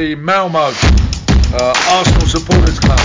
the Malmo Arsenal Supporters Club.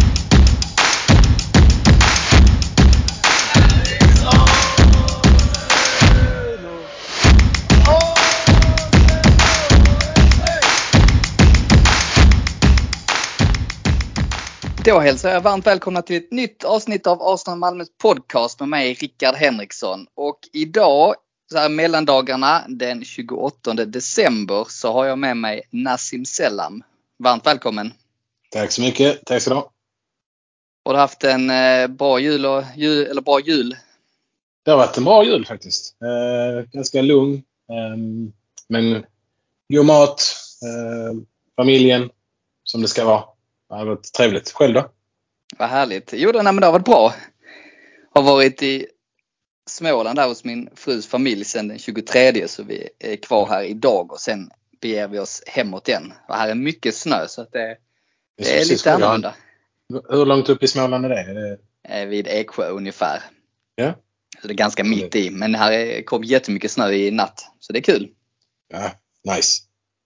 Då hälsar jag varmt välkomna till ett nytt avsnitt av Arsenal Malmös podcast med mig, Rickard Henriksson. Och idag, så här mellandagarna den 28 december, så har jag med mig Nassim Selam. Varmt välkommen. Tack så mycket, tack så du ha. Har du haft en bra jul? Det har varit en bra jul faktiskt. Ganska lugn. Men god mat, familjen som det ska vara. Det har varit trevligt. Själv då? Vad härligt. Jo, men det har varit bra. Har varit i Småland där hos min frus familj sedan den 23, så vi är kvar här idag och sen beger vi oss hemåt igen. Och här är mycket snö, så att det är lite annorlunda. Hur långt upp i Småland är det? Vid Eksjö ungefär. Ja. Så det är ganska mitt i. Men här kom jättemycket snö i natt. Så det är kul. Ja, nice.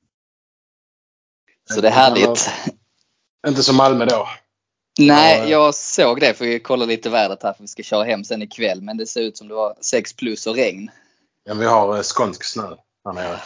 Så det är härligt. Inte som Malmö då? Nej, jag såg det för vi kollar lite vädret här för vi ska köra hem sen ikväll. Men det ser ut som det var 6+ och regn. Ja, vi har skånsk snö här nere.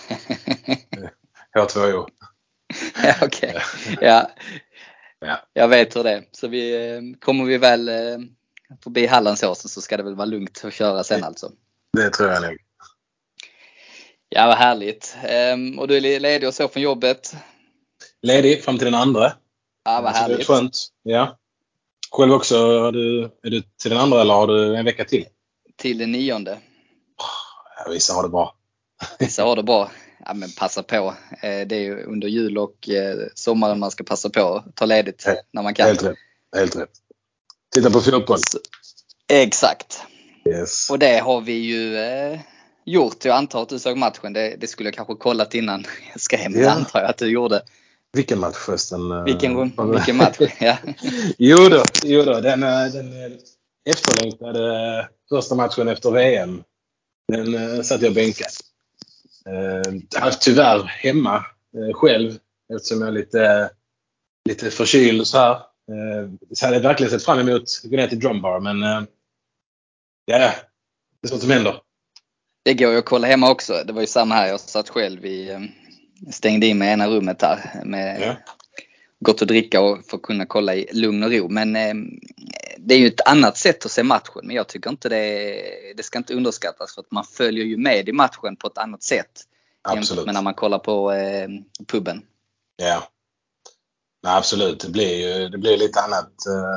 H2O. Ja, okej. Ja. Jag vet hur det är. Så kommer vi väl förbi Hallandsåsen så ska det väl vara lugnt att köra sen alltså. Det tror jag nog. Ja, vad härligt. Och du är ledig och så från jobbet? Ledig fram till den andra. Ja, vad härligt. Det är skönt. Ja. Själv också, är du till den andra eller har du en vecka till? Till den 9. Vissa har det bra. Vissa har det bra. Ja, men passa på. Det är ju under jul och sommaren man ska passa på att ta ledigt när man kan. Helt rätt. Titta på fotboll. Exakt. Yes. Och det har vi ju gjort. Jag antar att du såg matchen. Det skulle jag kanske kollat innan jag ska hem. Det antar jag att du gjorde. Vilken match förresten? Vilken match? Ja. Jo då. Den efterlängtade första matchen efter VM. Den satt jag bänkad. Tyvärr hemma själv eftersom jag är lite förkyld och så här. Så hade jag verkligen sett fram emot att gå ner till Drumbar, men det är sånt som händer. Det går ju att kolla hemma också. Det var ju samma här. Jag satt själv stängde in mig i ena rummet där med gott att dricka och få kunna kolla i lugn och ro. Men det är ju ett annat sätt att se matchen. Men jag tycker inte det ska inte underskattas för att man följer ju med i matchen på ett annat sätt. Absolut. Jämfört med när man kollar på puben. Ja. Nej, absolut. Det blir lite annat.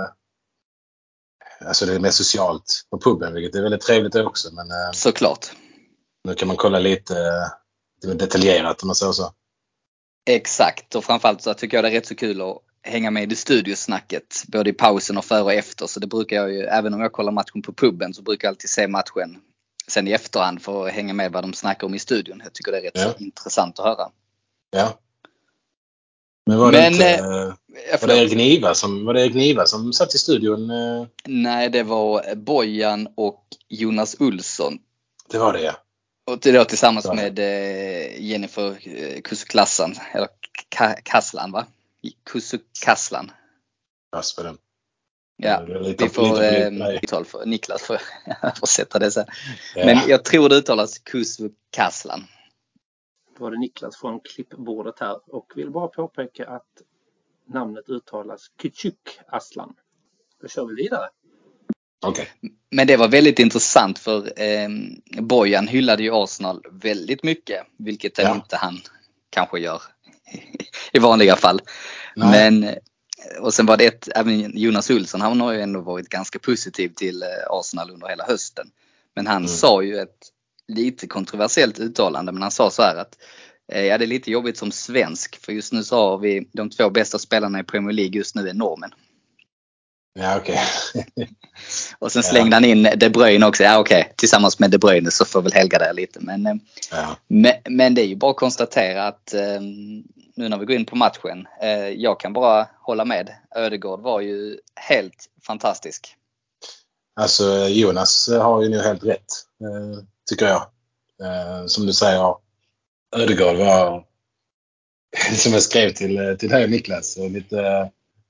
Alltså det är mer socialt på puben, vilket är väldigt trevligt också. Men, såklart. Nu kan man kolla lite detaljerat om man säger så. Exakt, och framförallt så tycker jag det är rätt så kul att hänga med i det studiosnacket både i pausen och före och efter. Så det brukar jag ju, även om jag kollar matchen på puben så brukar jag alltid se matchen sen i efterhand för att hänga med vad de snackar om i studion. Jag tycker det är rätt så intressant att höra. Ja. Men var det Erik Niva som satt i studion? Nej, det var Bojan och Jonas Olsson. Det var det, ja. Och det då tillsammans med Jennifer Kusuklassan, eller Kasslan, va? Kusukaslan. Pass på den. Ja, vi får uttal för Niklas för sätta det sen. Ja. Men jag tror det uttalas Kusukaslan. Då var det Niklas från klippbordet här och vill bara påpeka att namnet uttalas Küçükaslan. Då kör vi vidare. Okay. Men det var väldigt intressant för Bojan hyllade ju Arsenal väldigt mycket, vilket inte han kanske gör i vanliga fall. Nej. Men och sen var det även Jonas Olsson, han har ju ändå varit ganska positiv till Arsenal under hela hösten. Men han sa ju ett lite kontroversiellt uttalande, men han sa så här att det är lite jobbigt som svensk, för just nu så har vi de 2 bästa spelarna i Premier League just nu är normen. Ja, okej. Okay. Och sen slängde han in De Bruyne också. Ja, okej. Tillsammans med De Bruyne så får väl helga där lite. Men det är ju bara att konstatera att nu när vi går in på matchen, jag kan bara hålla med. Ødegaard var ju helt fantastisk. Alltså Jonas har ju nu helt rätt, tycker jag. Som du säger, Ødegaard var som jag skrev till dig Niklas. Lite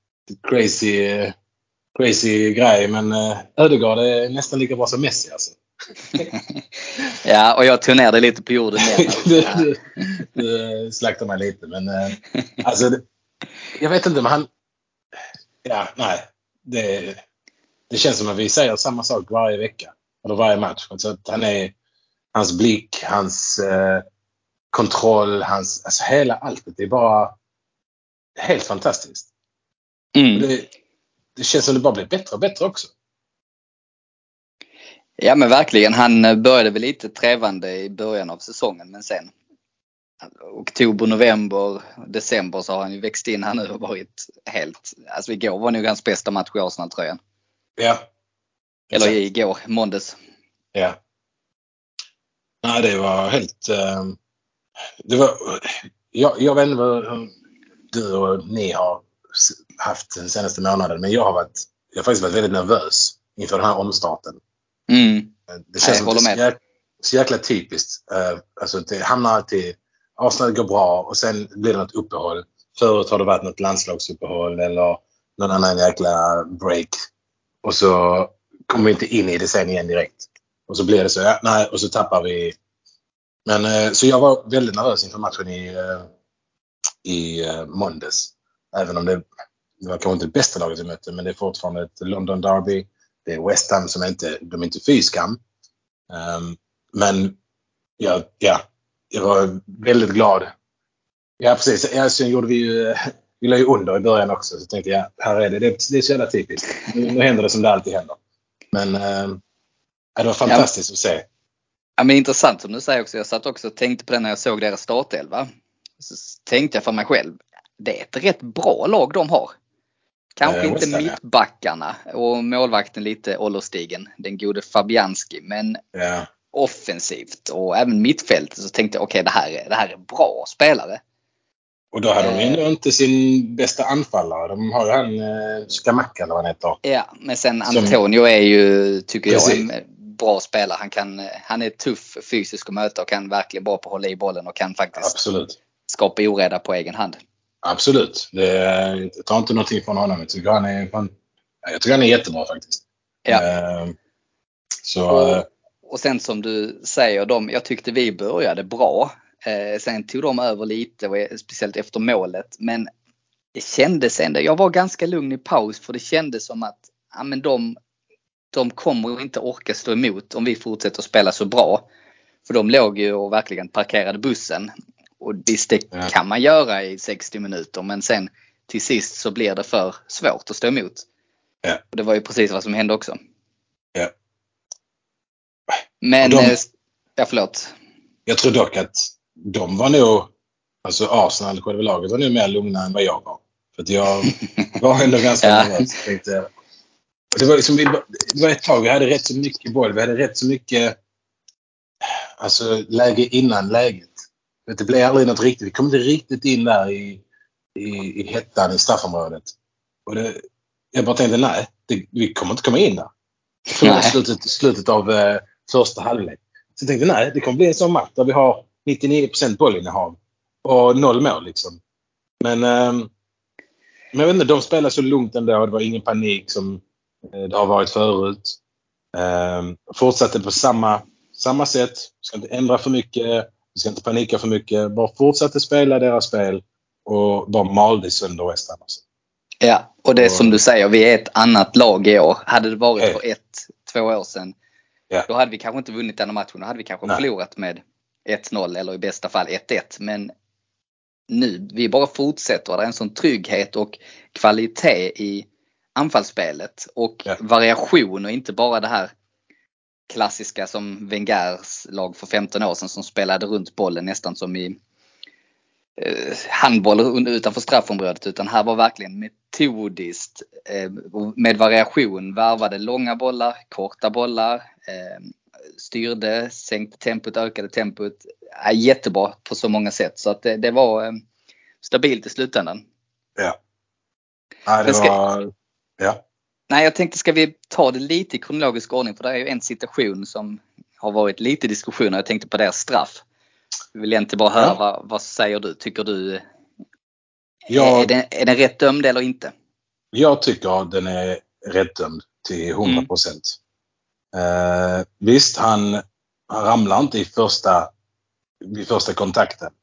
crazy grej, men Ödegaard är nästan lika bra som Messi alltså. Ja, och jag tog ner det lite på jorden igen. Du slaktar mig lite, men alltså jag vet inte, men det känns som att vi säger samma sak varje vecka eller varje match. Alltså att hans blick, hans kontroll, alltså hela alltet, det är bara helt fantastiskt. Mm. Och det känns som det bara blir bättre och bättre också. Ja, men verkligen. Han började väl lite trevande i början av säsongen, men sen oktober, november, december så har han ju växt in här nu och varit helt... Alltså igår var nog hans bästa match i Arsenal-tröjan. Ja. Eller igår, måndags. Ja. Nej, det var helt... det var... Jag vet inte vad du och ni har haft den senaste månaden, men jag har faktiskt varit väldigt nervös inför den här omstarten. Mm. Det känns som att det är så jäkla typiskt. Alltså det hamnar alltid... Arsenal går bra och sen blir det något uppehåll. Förut har det varit något landslagsuppehåll eller någon annan jäkla break. Och så kommer vi inte in i det sen igen direkt. Och så blir det så, och så tappar vi. Men så jag var väldigt nervös inför matchen i måndags. Även om det var kanske inte det bästa laget vi mötte, men det är fortfarande ett London Derby. Det är West Ham som de är inte fyskam. Men jag var väldigt glad. Ja, precis. Sen gjorde vi la ju under i början också. Så tänkte jag, här är det är så jävla typiskt. Nu händer det som det alltid händer. Men det var fantastiskt att se. Ja, men intressant som du säger också. Jag satt också och tänkte på det när jag såg deras startelva. Så tänkte jag för mig själv, det är ett rätt bra lag de har. Kanske inte mittbackarna och målvakten lite ålderstigen, den gode Fabianski, men offensivt och även mittfältet så tänkte jag okej, det här är bra spelare. Och då hade de ändå inte sin bästa anfallare. De har ju han Skamacka eller vad han heter. Ja, men sen Antonio är ju, tycker jag, en bra spelare. Han är tuff fysiskt att möta och kan verkligen bra på att hålla i bollen och kan faktiskt skapa oreda på egen hand. Absolut. Jag tar inte någonting från honom. Jag tycker han är jättebra faktiskt. Ja. Så... Och sen som du säger, jag tyckte vi började bra. Sen tog de över lite, speciellt efter målet. Men det kändes ändå, jag var ganska lugn i paus för det kändes som att de kommer inte orka stå emot om vi fortsätter att spela så bra. För de låg ju och verkligen parkerade bussen. Och visst, det kan man göra i 60 minuter. Men sen till sist så blir det för svårt att stå emot. Ja. Och det var ju precis vad som hände också. Ja. Men, förlåt. Jag tror dock att de var nog, alltså Arsenal, själva laget var nog mer lugna än vad jag var. För att jag var ändå ganska nervös. Det var liksom, det var ett tag vi hade rätt så mycket boll. Vi hade rätt så mycket alltså läge innan läget. Det blev aldrig något riktigt. Vi kom inte riktigt in där i hettan i straffområdet. Och jag bara tänkte, vi kommer inte komma in där. Slutet av första halvlek. Så jag tänkte, det kommer bli en sån match där vi har 99% bollinnehav och 0 mål liksom. Men jag vet inte, de spelar så lugnt ändå och det var ingen panik som det har varit förut. Fortsatte på samma sätt. Ska inte ändra för mycket. Ska inte panika för mycket. Bara fortsatte spela deras spel och bara malde sönder West Ham. Ja, och det är som du säger, vi är ett annat lag i år. Hade det varit för 1-2 år sedan, då hade vi kanske inte vunnit den matchen. Då hade vi kanske förlorat med 1-0 eller i bästa fall 1-1. Men nu, vi bara fortsätter. Det är en sån trygghet och kvalitet i anfallsspelet och variation och inte bara det här klassiska som Wengers lag för 15 år sedan som spelade runt bollen nästan som i handboll utanför straffområdet, utan här var verkligen metodiskt med variation, varvade långa bollar, korta bollar, styrde, sänkte tempot, ökade tempot, jättebra på så många sätt, så att det var stabilt i slutändan. Nej, jag tänkte, ska vi ta det lite i kronologisk ordning, för det är ju en situation som har varit lite diskussioner. Jag tänkte på deras straff. Jag vill egentligen bara höra vad säger du? Tycker du Är den rätt dömd eller inte? Jag tycker den är rätt dömd till 100%. Visst, han ramlar inte vid första kontakten.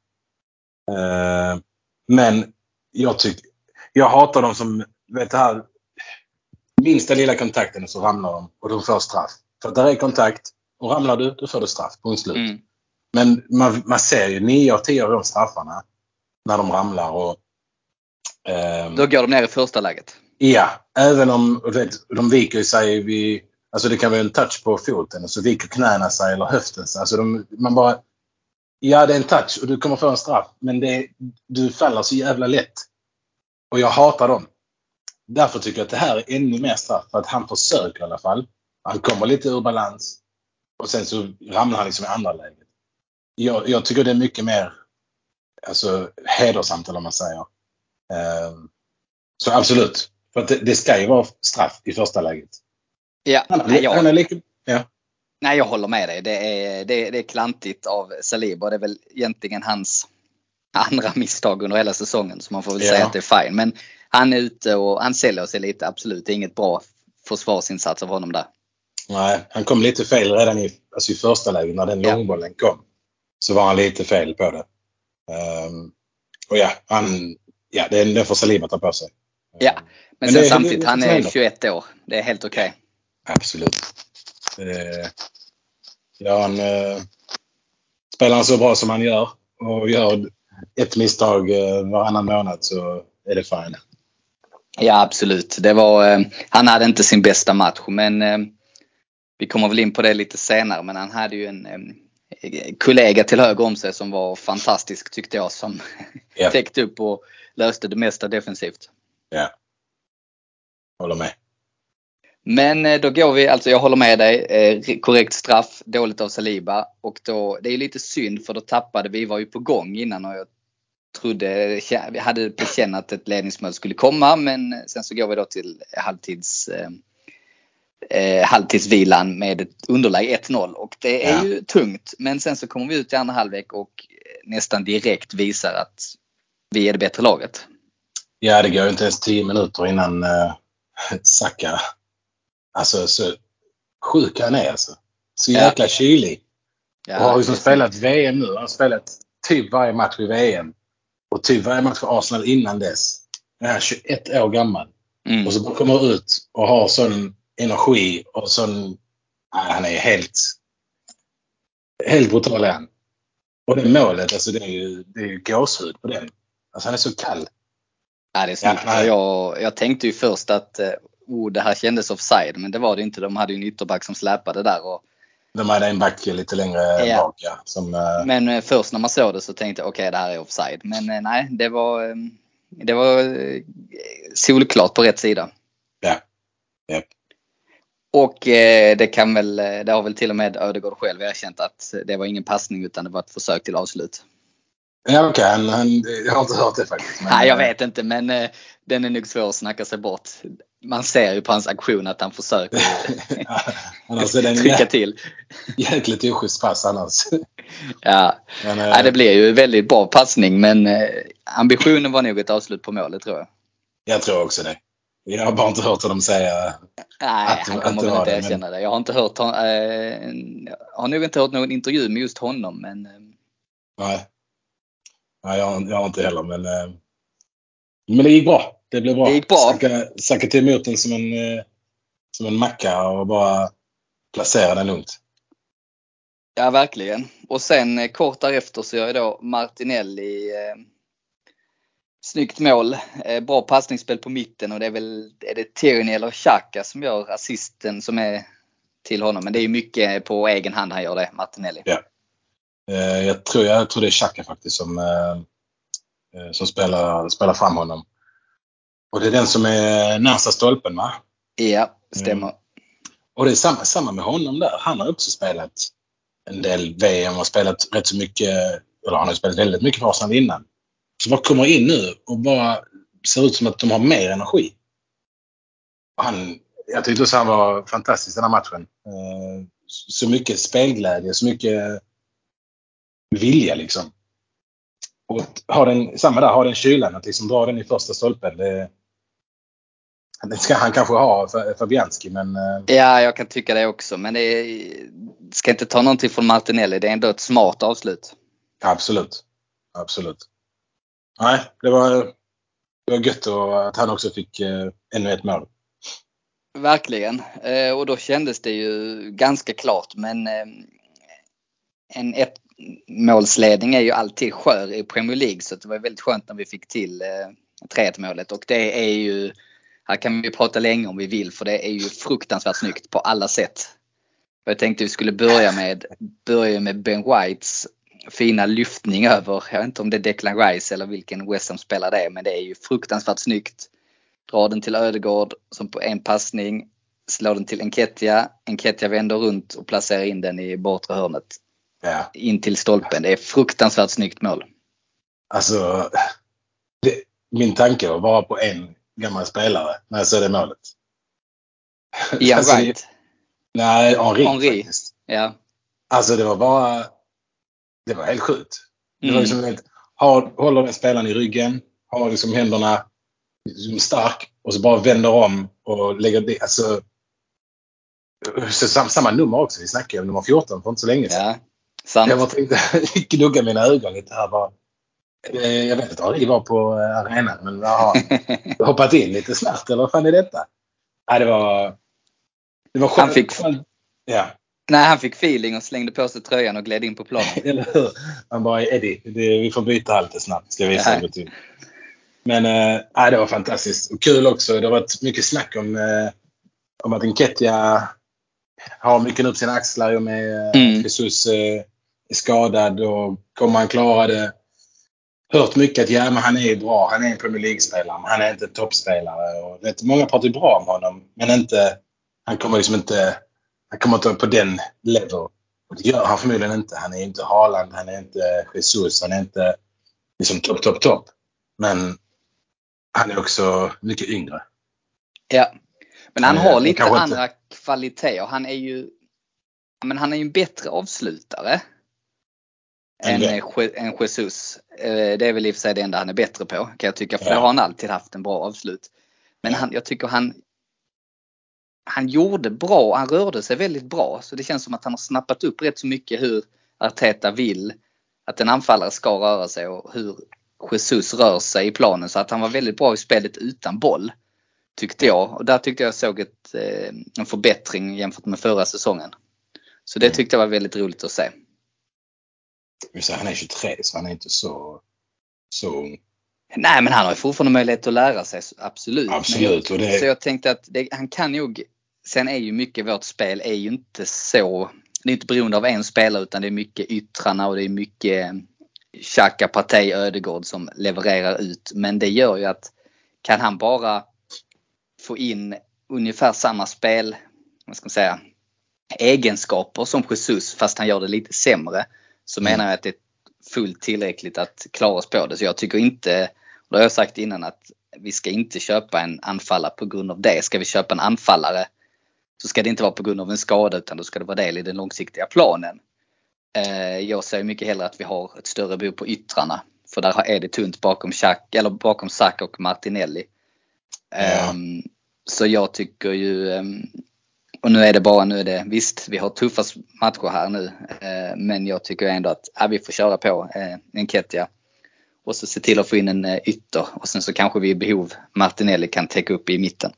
Men jag hatar dem som vet det här, minsta lilla kontakten så ramlar de och de får straff. För att där är kontakt och ramlar du, då får du straff på en slut. Men man ser ju 9 av 10 av de straffarna när de ramlar och då går de ner i första läget. Ja, även om de viker sig alltså det kan vara en touch på foten och så viker knäna sig eller höften sig. Alltså man bara, ja det är en touch och du kommer få en straff, men du faller så jävla lätt. Och jag hatar dem. Därför tycker jag att det här är ännu mer straff, för att han försöker i alla fall. Han kommer lite ur balans och sen så ramlar han liksom i andra läget. Jag tycker det är mycket mer alltså hedersamt, eller vad man säger. Så absolut. För att det ska ju vara straff i första läget. Ja, ja. Nej, jag håller med dig. Det är klantigt av Saliba. Det är väl egentligen hans andra misstag under hela säsongen. Så man får väl säga att det är fine. Men han är ute och han säljer sig lite. Absolut, det är inget bra försvarsinsats av honom där. Nej, han kom lite fel redan i första läget när den långbollen kom. Så var han lite fel på det. Och den får Saliba ta på sig. Ja, men sen samtidigt, han är 21 år. Det är helt okej. Absolut. Spelar han så bra som han gör och gör ett misstag varannan månad, så är det fine. Ja, absolut. Han hade inte sin bästa match, men vi kommer väl in på det lite senare. Men han hade ju en kollega till höger om sig som var fantastisk, tyckte jag, som täckte upp och löste det mesta defensivt. Ja, håller med. Men då går vi, alltså jag håller med dig, korrekt straff, dåligt av Saliba. Och då, det är lite synd, för då tappade vi, var ju på gång innan och jag trodde, vi hade på känn att ett ledningsmål skulle komma. Men sen så går vi då till halvtidsvilan med ett underläge 1-0 och det är ju tungt. Men sen så kommer vi ut i andra halvlek och nästan direkt visar att vi är det bättre laget. Ja, det går ju inte ens 10 minuter innan Saka, alltså så sjuk han är alltså. Så jäkla kylig. Och har ju spelat VM nu. Han har spelat typ varje match i VM. Och typ varje match för Arsenal innan dess. Han är 21 år gammal. Och så kommer ut och har sån energi och sån... han är helt brutal han. Och det målet, alltså det är ju gåshud på den. Alltså han är så kall. Ja, det är snyggt. Jag tänkte ju först att det här kändes offside, men det var det inte. De hade ju en ytterback som släpade där. Och de hade en back lite längre bak, ja. Men först när man såg det så tänkte jag okej, det här är offside. Men nej, det var solklart på rätt sida. Ja. Yep. Och det har väl till och med Ödegaard själv erkänt att det var ingen passning utan det var ett försök till avslut. Ja, okej. Jag har inte hört det faktiskt. Nej, jag vet inte, men den är nog svår att snacka sig bort. Man ser ju på hans aktion att han försöker trycka till. Jäkligt oschysst pass annars. Ja, men, det blir ju väldigt bra passning, men ambitionen var nog ett avslut på målet, tror jag. Jag tror också det. Jag har bara inte hört dem säga. Nej, han kommer väl inte erkänna det. Jag har inte hört har nog inte hört någon intervju med just honom, men Nej, jag har inte heller, men det gick bra. Det blev bra. Det gick bra. Saka till emot den som en macka och bara placera den lugnt. Ja, verkligen. Och sen kort därefter så gör jag då Martinelli snyggt mål. Bra passningsspel på mitten och är det Tierney eller Xhaka som gör assisten som är till honom. Men det är ju mycket på egen hand han gör det, Martinelli. Ja. Jag tror det är Xhaka faktiskt som spelar fram honom. Och det är den som är närmsta stolpen, va? Ja, stämmer. Och det är samma med honom där. Han har också spelat en del VM och spelat rätt så mycket, eller han har spelat väldigt mycket för Arsenal innan. Så bara kommer in nu och bara ser ut som att de har mer energi. Och jag tyckte också han var fantastisk den här matchen. Så mycket spelglädje, så mycket vilja liksom. Och ha den kylan att liksom dra den i första stolpen. Det ska han kanske ha för Fabianski, men... Ja, jag kan tycka det också. Men ska inte ta någonting från Martinelli. Det är ändå ett smart avslut. Absolut. Nej, det var gött att han också fick ännu ett mål. Verkligen. Och då kändes det ju ganska klart. Men en målsledning är ju alltid skör i Premier League. Så det var väldigt skönt när vi fick till 3-1 målet. Och det är ju... Här kan vi prata länge om vi vill, för det är ju fruktansvärt snyggt på alla sätt. Jag tänkte vi skulle börja med Ben Whites fina lyftning över, jag vet inte om det är Declan Rice eller vilken West Ham spelar det, men det är ju fruktansvärt snyggt. Dra den till Ödegaard som på en passning, slår den till Nketiah vänder runt och placerar in den i bortre hörnet. Ja. In till stolpen. Det är fruktansvärt snyggt mål. Alltså, min tanke var bara på en gammal spelare när jag såg det målet. Ian alltså, Wright. Nej, Henri faktiskt. Ja. Alltså det var helt sjukt. Det var liksom håller den spelaren i ryggen, har liksom händerna liksom stark och så bara vänder om och lägger det. Alltså, samma nummer också. Vi snackade om nummer 14 för inte så länge sedan. Ja, sant. Jag bara tänkte, gnugga mina ögon lite här bara. Jag vet inte vad det var på arenan, men jag har hoppat in lite snabbt, eller vad fan är detta? Nej, det var skönt. Han fick feeling och slängde på sig tröjan och gled in på planen. Eller hur? Han bara, Eddie, vi får byta här lite snabbt, ska visa det till. Men det var fantastiskt. Och kul också, det har varit mycket snack om att Nketiah har mycket upp sina axlar och med Jesus är skadad och kommer han klara det. Hört mycket att men han är bra, han är en Premier League-spelare, men han är inte en toppspelare. Och många pratar bra om honom, men han kommer inte på den level. Och det gör han förmodligen inte. Han är inte Haaland, han är inte Jesus, han är inte liksom topp. Men han är också mycket yngre. Ja, men han har lite andra kvaliteter. Han är ju en bättre avslutare än Jesus. Det är väl i och för sig det enda han är bättre på, kan jag tycka. För då har han alltid haft en bra avslut. Men jag tycker han gjorde bra. Han rörde sig väldigt bra. Så det känns som att han har snappat upp rätt så mycket hur Arteta vill att en anfallare ska röra sig och hur Jesus rör sig i planen. Så att han var väldigt bra i spelet utan boll, tyckte jag. Och där tyckte jag såg en förbättring jämfört med förra säsongen. Så det tyckte jag var väldigt roligt att se. Han är 23, så han är inte så ung. Nej, men han har ju fortfarande möjlighet att lära sig, absolut. Så jag tänkte att han kan nog, sen är ju mycket vårt spel är ju inte så, det är inte beroende av en spelare, utan det är mycket yttrarna och det är mycket Xhaka, Partey, Ödegaard som levererar ut. Men det gör ju att kan han bara få in ungefär samma spel, vad ska man säga, egenskaper som Jesus, fast han gör det lite sämre, så menar jag att det är fullt tillräckligt att klara oss på det. Så jag tycker inte, och det har jag sagt innan, att vi ska inte köpa en anfallare på grund av det. Ska vi köpa en anfallare så ska det inte vara på grund av en skada, utan då ska det vara del i den långsiktiga planen. Jag säger mycket hellre att vi har ett större behov på yttrarna, för där är det tunt bakom Saka och Martinelli. Så jag tycker ju, och nu är det visst, vi har tuffa matcher här nu, men jag tycker ändå att vi får köra på Nketiah och så se till att få in en ytter, och sen så kanske vi i behov Martinelli kan täcka upp i mitten.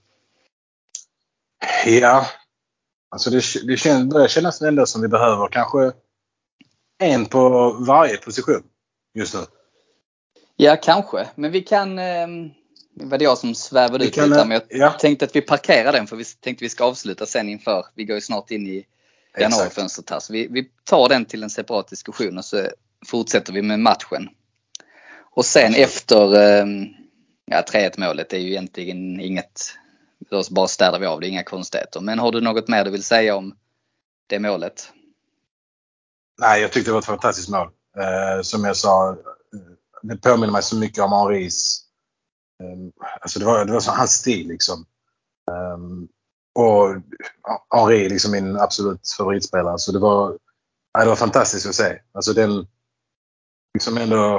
Ja, alltså det börjar kännas ändå som vi behöver kanske en på varje position just nu. Ja, kanske, men vi kan, det var det jag som svävade ut lite, men jag tänkte att vi parkerar den, för vi tänkte vi ska avsluta sen inför, vi går ju snart in i januarifönstret här, så vi tar den till en separat diskussion och så fortsätter vi med matchen. Och sen efter 3-1 målet är ju egentligen inget, då bara städar vi av, det är inga konstigheter. Men har du något mer du vill säga om det målet? Nej, jag tyckte det var ett fantastiskt mål. Som jag sa, det påminner mig så mycket om Henris. Alltså det var så hans stil liksom. Och Henri är liksom min absolut favoritspelare. Så det var fantastiskt att se. Alltså den liksom ändå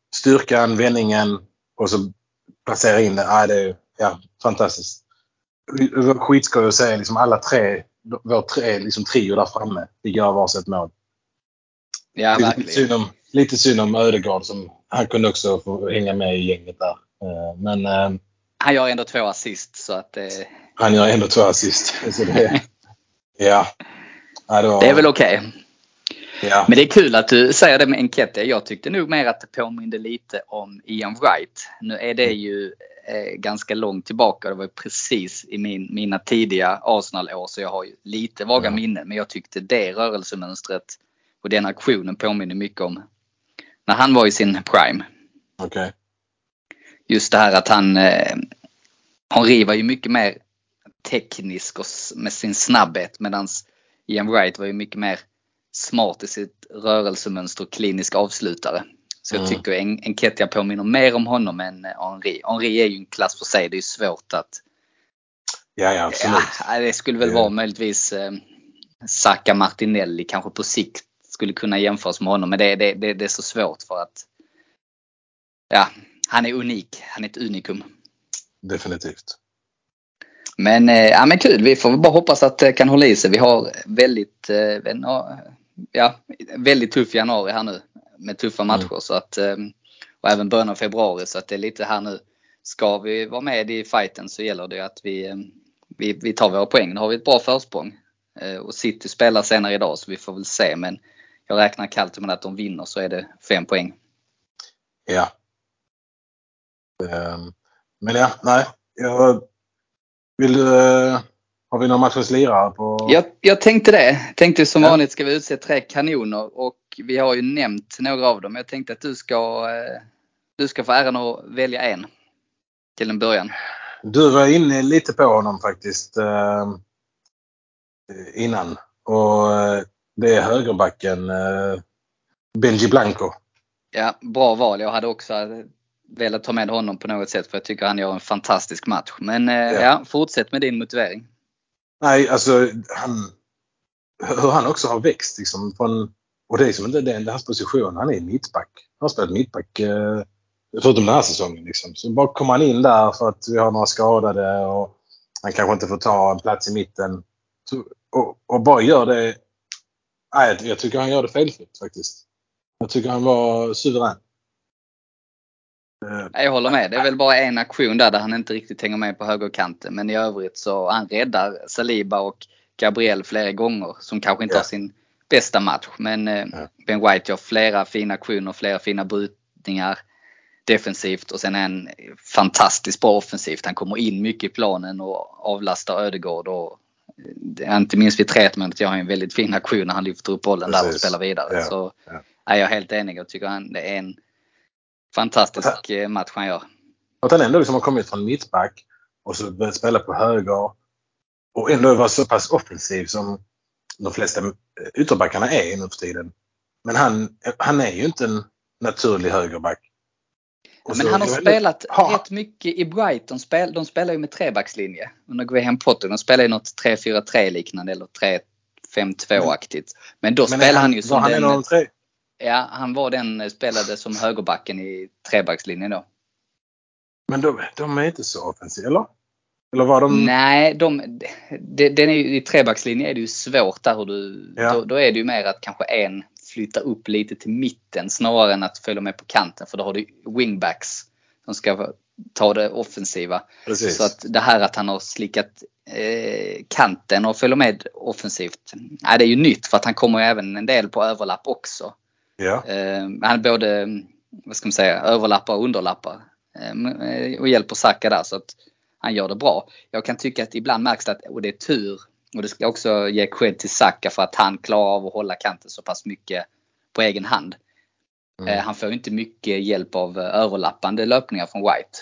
styrkan, vändningen och så placera in det. Det är fantastiskt. Det var skitskoj att säga liksom alla tre, vår tre liksom trio där framme. Vi gör varsitt mål. Ja, verkligen. Lite synd om Ödegaard som han kunde också få hänga med i gänget där. Men han gör ändå 2 assist så att han gör ändå 2 assist. Så det, ja. Det är väl okej. Ja. Men det är kul att du säger det med Nketiah. Jag tyckte nog mer att det påminde lite om Ian Wright. Nu är det ju ganska långt tillbaka. Det var ju precis i mina tidiga Arsenal-år, så jag har ju lite vaga minnen. Men jag tyckte det rörelsemönstret och den aktionen påminner mycket om när han var i sin prime. Okay. Just det här att Henry var ju mycket mer teknisk och med sin snabbhet, medan Ian Wright var ju mycket mer smart i sitt rörelsemönster och klinisk avslutare. Så jag tycker Nketiah påminner mer om honom än Henry. Henry är ju en klass för sig. Det är ju svårt att... Ja, absolut. Ja, det skulle väl vara möjligtvis Saka Martinelli kanske på sikt skulle kunna jämföras med honom. Men det är så svårt för att... Ja, han är unik. Han är ett unikum. Definitivt. Men kul. Vi får bara hoppas att det kan hålla i sig. Vi har väldigt tuff januari här nu med tuffa matcher, så att, och även början av februari, så att det är lite här nu. Ska vi vara med i fighten så gäller det att vi tar våra poäng. Nu har vi ett bra försprång och City spelar senare idag, så vi får väl se, men jag räknar kallt med att de vinner så är det 5 poäng. Ja. Men ja, nej. Har vi någon matchens lirare på? Jag tänkte som vanligt ska vi utse 3 kanoner, och vi har ju nämnt några av dem. Jag tänkte att du ska få äran att välja en till en början. Du var inne lite på honom faktiskt innan, och det är högerbacken Benji Blanco. Ja, bra val. Jag hade också velat ta med honom på något sätt, för jag tycker han gör en fantastisk match. Men fortsätt med din motivering. Nej, alltså hur han också har växt liksom och det är liksom inte hans position. Han är mittback. Han har spelat mittback förutom den här säsongen liksom. Så bara kommer han in där för att vi har några skadade och han kanske inte får ta en plats i mitten. Så, och bara gör det. Nej, jag tycker han gör det felfritt faktiskt. Jag tycker han var suverän. Jag håller med. Det är väl bara en aktion där han inte riktigt hänger med på högerkanten. Men i övrigt så han räddar Saliba och Gabriel flera gånger, som kanske inte har sin bästa match. Men Ben White gör flera fina aktioner, flera fina brytningar defensivt, och sen är en fantastiskt bra offensivt. Han kommer in mycket i planen och avlastar Ödegaard, och inte minst vid 3-1 jag har en väldigt fin aktion när han lyfter upp bollen där och spelar vidare. Så är jag helt enig. Jag tycker det är en fantastisk match han gör. Att han ändå liksom har kommit från mittback och så börjat spela på höger och ändå var så pass offensiv som de flesta ytterbackarna är nu för tiden. Men han är ju inte en naturlig högerback. Men han har spelat rätt mycket i Brighton. De spelar ju med 3-backslinje under Graham Potter. De spelar ju något 3-4-3 liknande eller 3-5-2-aktigt. Men då spelar han ju som den... Ja, han var den spelade som högerbacken i 3-backslinjen då. Men de är inte så offensiva, eller? Eller var de... Nej, den är ju, i 3-backslinjen är det ju svårt där hur då är det ju mer att kanske en flyttar upp lite till mitten snarare än att följa med på kanten, för då har du wingbacks som ska ta det offensiva. Precis. Så att det här att han har slickat kanten och följer med offensivt, det är ju nytt, för att han kommer ju även en del på överlapp också. Ja. Han både, vad ska man säga, överlappar och underlappar och hjälper Saka där, så att han gör det bra. Jag kan tycka att ibland märks att det är tur, och det ska också ge cred till Saka för att han klarar av att hålla kanten så pass mycket på egen hand. Han får ju inte mycket hjälp av överlappande löpningar från White.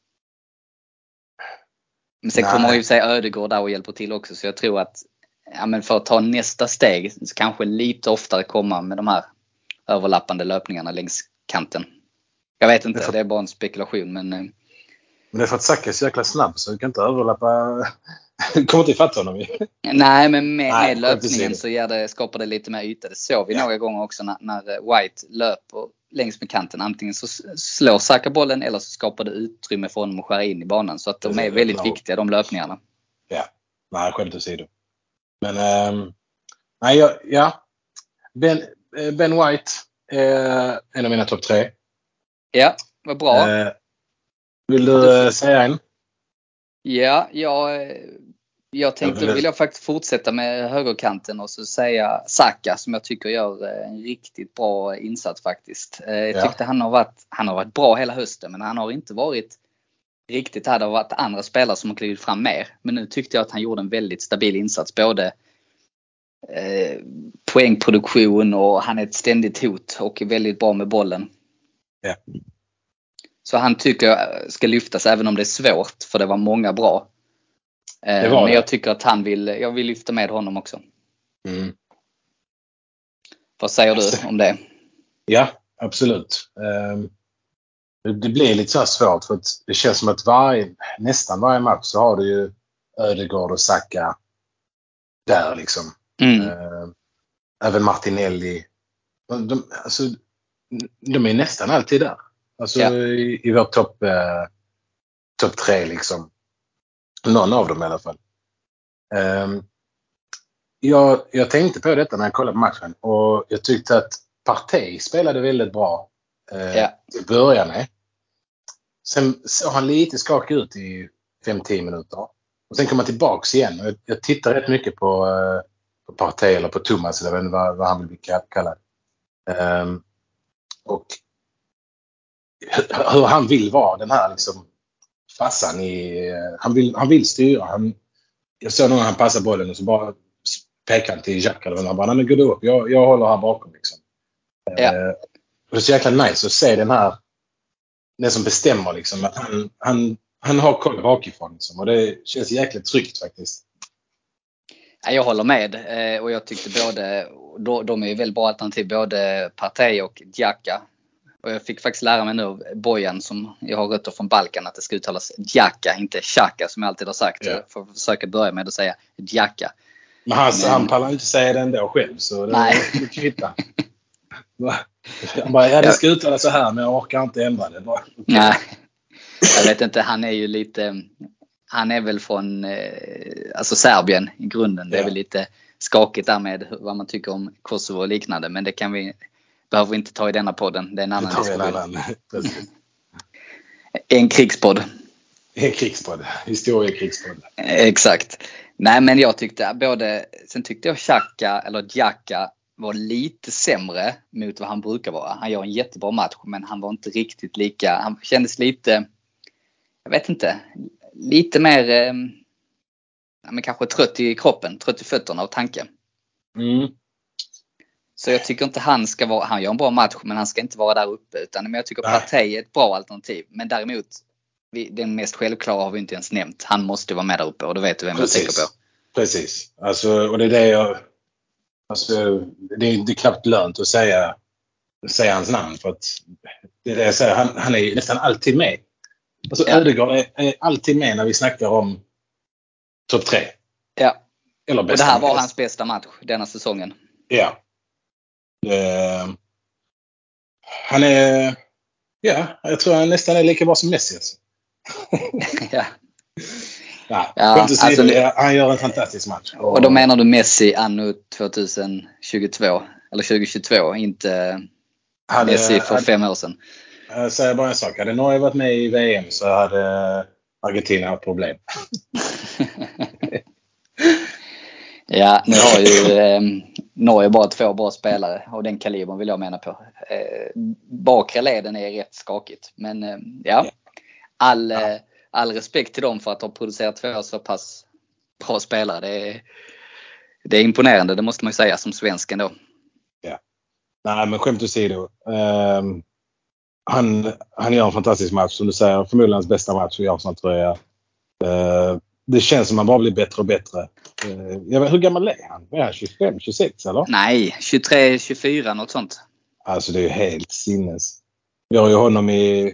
Men sen kommer ju säga Ödegaard där och hjälper till också, så jag tror att för att ta nästa steg så kanske lite oftare komma med de här överlappande löpningarna längs kanten. Jag vet inte, det är bara en spekulation, men det är för att Saka är så jäkla snabb så du kan inte överlappa. Du kommer inte ifatta honom. Nej, men med löpningen så skapar det lite mer yta. Det såg vi några gånger också när White löper längs med kanten. Antingen så slår Saka bollen eller så skapar det utrymme för honom att skära in i banan. Så att de är väldigt viktiga, de löpningarna. Ja, nej, skämt åsido. Men nej, ja. Ben White är en av mina topp 3. Ja, vad bra. Vill du säga en? Ja, jag tänkte vill jag faktiskt fortsätta med högerkanten och så säga Saka som jag tycker gör en riktigt bra insats faktiskt. Jag tyckte han har varit bra hela hösten, men han har inte varit riktigt här. Det har varit andra spelare som har klivit fram mer. Men nu tyckte jag att han gjorde en väldigt stabil insats. Både poängproduktion och han är ett ständigt hot och är väldigt bra med bollen. Ja. Så han tycker jag ska lyftas även om det är svårt, för det var många bra. Men jag tycker att jag vill lyfta med honom också. Vad säger du om det? Ja, absolut. Det blir lite så här svårt för att det känns som att nästan varje match så har du ju Ödegaard och Saka där liksom. Även Martinelli. De är nästan alltid där. Alltså i vår topp 3 liksom. Någon av dem i alla fall. Jag tänkte på detta när jag kollade på matchen och jag tyckte att Partey spelade väldigt bra i början. Sen såg han lite skakig ut i 5-10 minuter. Och sen kom han tillbaks igen. Jag tittar rätt mycket på Partey eller på Thomas eller vad han vill bli kallad. Och hur han vill vara den här liksom fassan han vill styra. Jag såg någon han passar bollen och så bara pekar han till Jack eller han bara, nej men gå upp, jag håller här bakom liksom. Och det är så jäkla nice att se den som bestämmer liksom, att han har koll bakifrån liksom, och det känns jäkla tryggt faktiskt. Jag håller med och jag tyckte de är ju väldigt bra alternativ, både Partey och Xhaka. Och jag fick faktiskt lära mig nu av Bojan, som jag har rötter från Balkan, att det ska uttalas Xhaka, inte Xhaka som jag alltid har sagt. Jag får försöka börja med att säga Xhaka. Men han pallar inte säga det ändå själv, så det är kvittar. Han bara, det ska uttalas så här, men jag orkar inte ändra det. Bara, okay. Nej, jag vet inte, han är väl från alltså Serbien i grunden. Det är väl lite skakigt där med vad man tycker om Kosovo och liknande, men det behöver vi inte ta i denna podden. Det är en annan diskussion. En krigspodd. En krigspodd. Historiekrigspodd. Exakt. Nej, men jag tyckte sen tyckte jag Xhaka var lite sämre mot vad han brukar vara. Han gör en jättebra match, men han var inte riktigt lika. Han kändes lite, jag vet inte, lite mer men kanske trött i kroppen, trött i fötterna och tanken. Så jag tycker inte han gör en bra match, men han ska inte vara där uppe, utan jag tycker Partey är ett bra alternativ. Men däremot, den mest självklara har vi inte ens nämnt. Han måste vara med där uppe, och då vet du vem jag tänker på. Precis. Alltså, och det är det det är knappt lönt att säga hans namn, för att det är det jag säger. Han är nästan alltid med. Alltså Ödegaard är alltid med när vi snackar om topp 3. Ja. Eller och det här var hans bästa match denna säsongen. Ja. Han är... Ja, jag tror han nästan är lika bra som Messi. Alltså. Han gör en fantastisk match. Och då menar du Messi anno 2022 eller 2022, inte Messi för 5 år sedan. Jag säger bara en sak. Hade Norge varit med i VM så hade Argentina haft problem. Ja, nu har ju Norge bara 2 bra spelare, och den kalibern vill jag mena på. Bakre leden är rätt skakigt, men all respekt till dem för att ha producerat 2 så pass bra spelare. Det är imponerande, det måste man ju säga som svensk ändå. Ja. Nej, men skämt åsido. Han gör en fantastisk match, som du säger. Förmodligen hans bästa match i Arsenal, tror jag. Det känns som han bara blir bättre och bättre. Hur gammal är han? Är han 25, 26 eller? Nej, 23, 24, något sånt. Alltså det är ju helt sinnes. Vi har ju honom i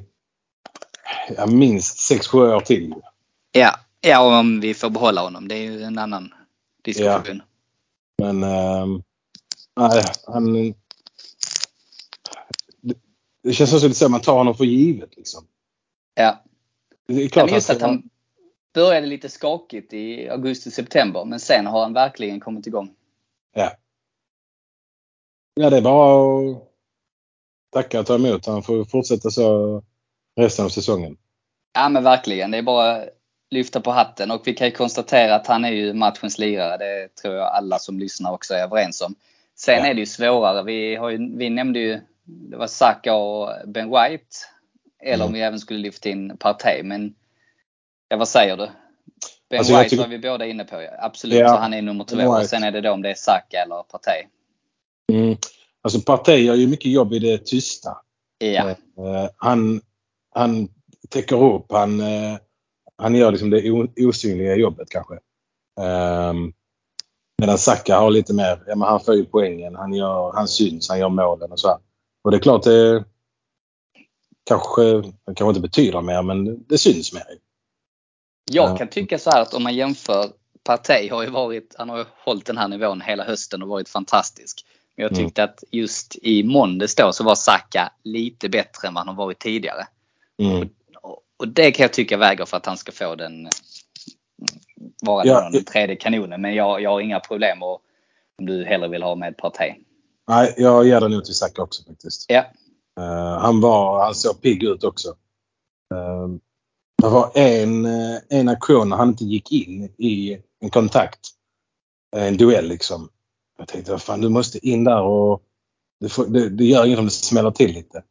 minst 6-7 år till. Ja, om vi får behålla honom. Det är ju en annan diskussion. Ja. Men nej, det känns också lite så att man tar honom för givet liksom. Ja. Det är klart men just att han började lite skakigt i augusti-september, men sen har han verkligen kommit igång. Ja. Ja, det är bara att tacka och ta emot. Han får fortsätta så resten av säsongen. Ja, men verkligen. Det är bara lyfta på hatten, och vi kan ju konstatera att han är ju matchens lirare. Det tror jag alla som lyssnar också är överens om. Sen är det ju svårare. Vi nämnde ju, det var Saka och Ben White, eller om vi även skulle lyfta in Partey. Men vad säger du? Ben White var vi båda inne på. Absolut, så han är nummer 2. Och sen är det då om det är Saka eller Partey. Alltså Partey gör ju mycket jobb i det tysta. Ja. Han täcker upp. Han gör liksom det osynliga jobbet kanske. Medan Saka har lite mer, men han får ju poängen. Han syns, han gör målen och så här. Och det är klart det kanske inte betyder mer, men det syns mer. Jag kan tycka så här att om man jämför, Partey han har ju hållit den här nivån hela hösten och varit fantastisk. Men jag tyckte att just i måndags då så var Saka lite bättre än vad han har varit tidigare. Och det kan jag tycka väger för att han ska få den tredje kanonen. Men jag har inga problem om du hellre vill ha med Partey. Nej, jag ger den ut till Saka också faktiskt. Ja. Han såg pigg ut också. Det var en aktion när han inte gick in i en kontakt. En duell liksom. Jag tänkte, fan du måste in där och det gör inget om det smäller till lite.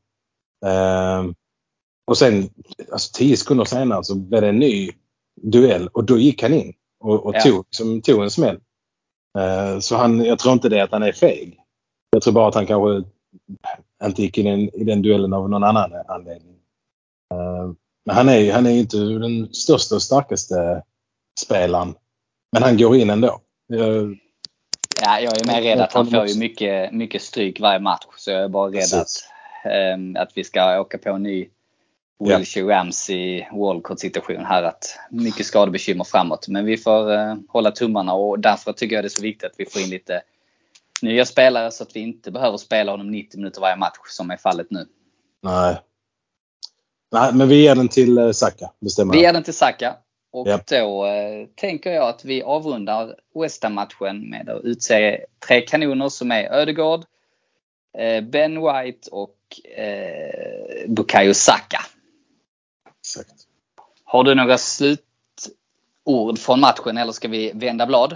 Och sen, alltså 10 sekunder senare så blev det en ny duell och då gick han in och tog en smäll. Så jag tror inte det att han är feg. Jag tror bara att han kanske inte gick in i den duellen av någon annan anledning. Men han är inte den största och starkaste spelaren. Men han går in ändå. Jag är mer rädd att han får ju mycket stryk varje match. Så jag är bara rädd att vi ska åka på en ny Wilshere Ramsey Walcott-situation här. Att mycket skadebekymmer framåt. Men vi får hålla tummarna, och därför tycker jag det är så viktigt att vi får in lite nya spelare så att vi inte behöver spela honom 90 minuter varje match som är fallet nu. Nej, men vi ger den till Saka. Vi ger den till Saka. Och då tänker jag att vi avrundar West Ham-matchen med att utse 3 kanoner som är Ødegaard, Ben White och Bukayo Saka. Exakt. Har du några slutord från matchen eller ska vi vända blad?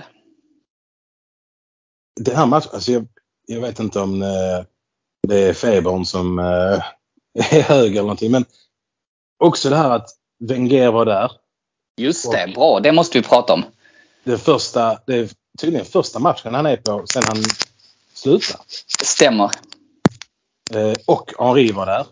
Det här matchen, alltså jag vet inte om det är febern som är hög eller någonting, men också det här att Wenger var där. Just det, bra. Det måste vi prata om. Det är tydligen första matchen han är på sen han slutar. Stämmer. Och Henri var där.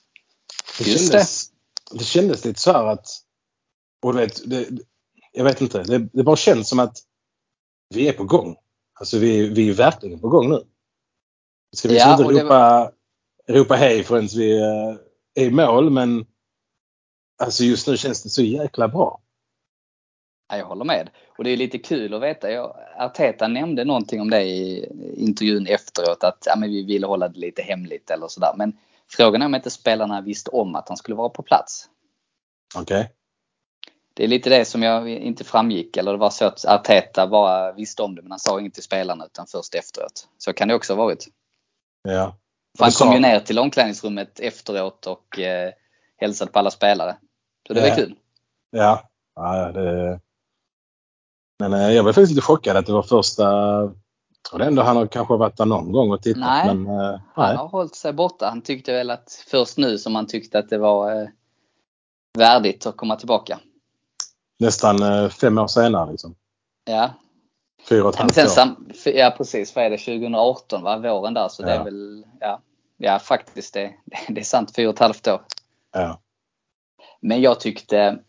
Det kändes lite så här att, och du vet, jag vet inte, det bara känns som att vi är på gång. Alltså vi är verkligen på gång nu. Ska vi inte ropa hej förrän vi är i mål, men alltså just nu känns det så jäkla bra. Ja, jag håller med. Och det är lite kul att veta. Arteta nämnde någonting om det i intervjun efteråt. Att men vi ville hålla det lite hemligt eller sådär. Men frågan är om inte spelarna visste om att han skulle vara på plats. Okej. Okay. Det är lite det som jag inte framgick. Eller det var så att Arteta bara visste om det. Men han sa inget till spelarna utan först efteråt. Så kan det också ha varit. Ja. För han kom ju ner till omklädningsrummet efteråt och hälsade på alla spelare. Så det var kul. Ja, det... Men jag var faktiskt lite chockad att det var första... Jag tror ändå han har kanske varit där någon gång och tittat. Nej, men, han har hållit sig borta. Han tyckte väl att först nu som han tyckte att det var värdigt att komma tillbaka. Nästan 5 år senare liksom. Ja. 4,5 år. Ja, precis. Vad är det? 2018 var våren där. Så det är väl... Ja, faktiskt. Det är sant. 4,5 år. Ja. Men jag tyckte...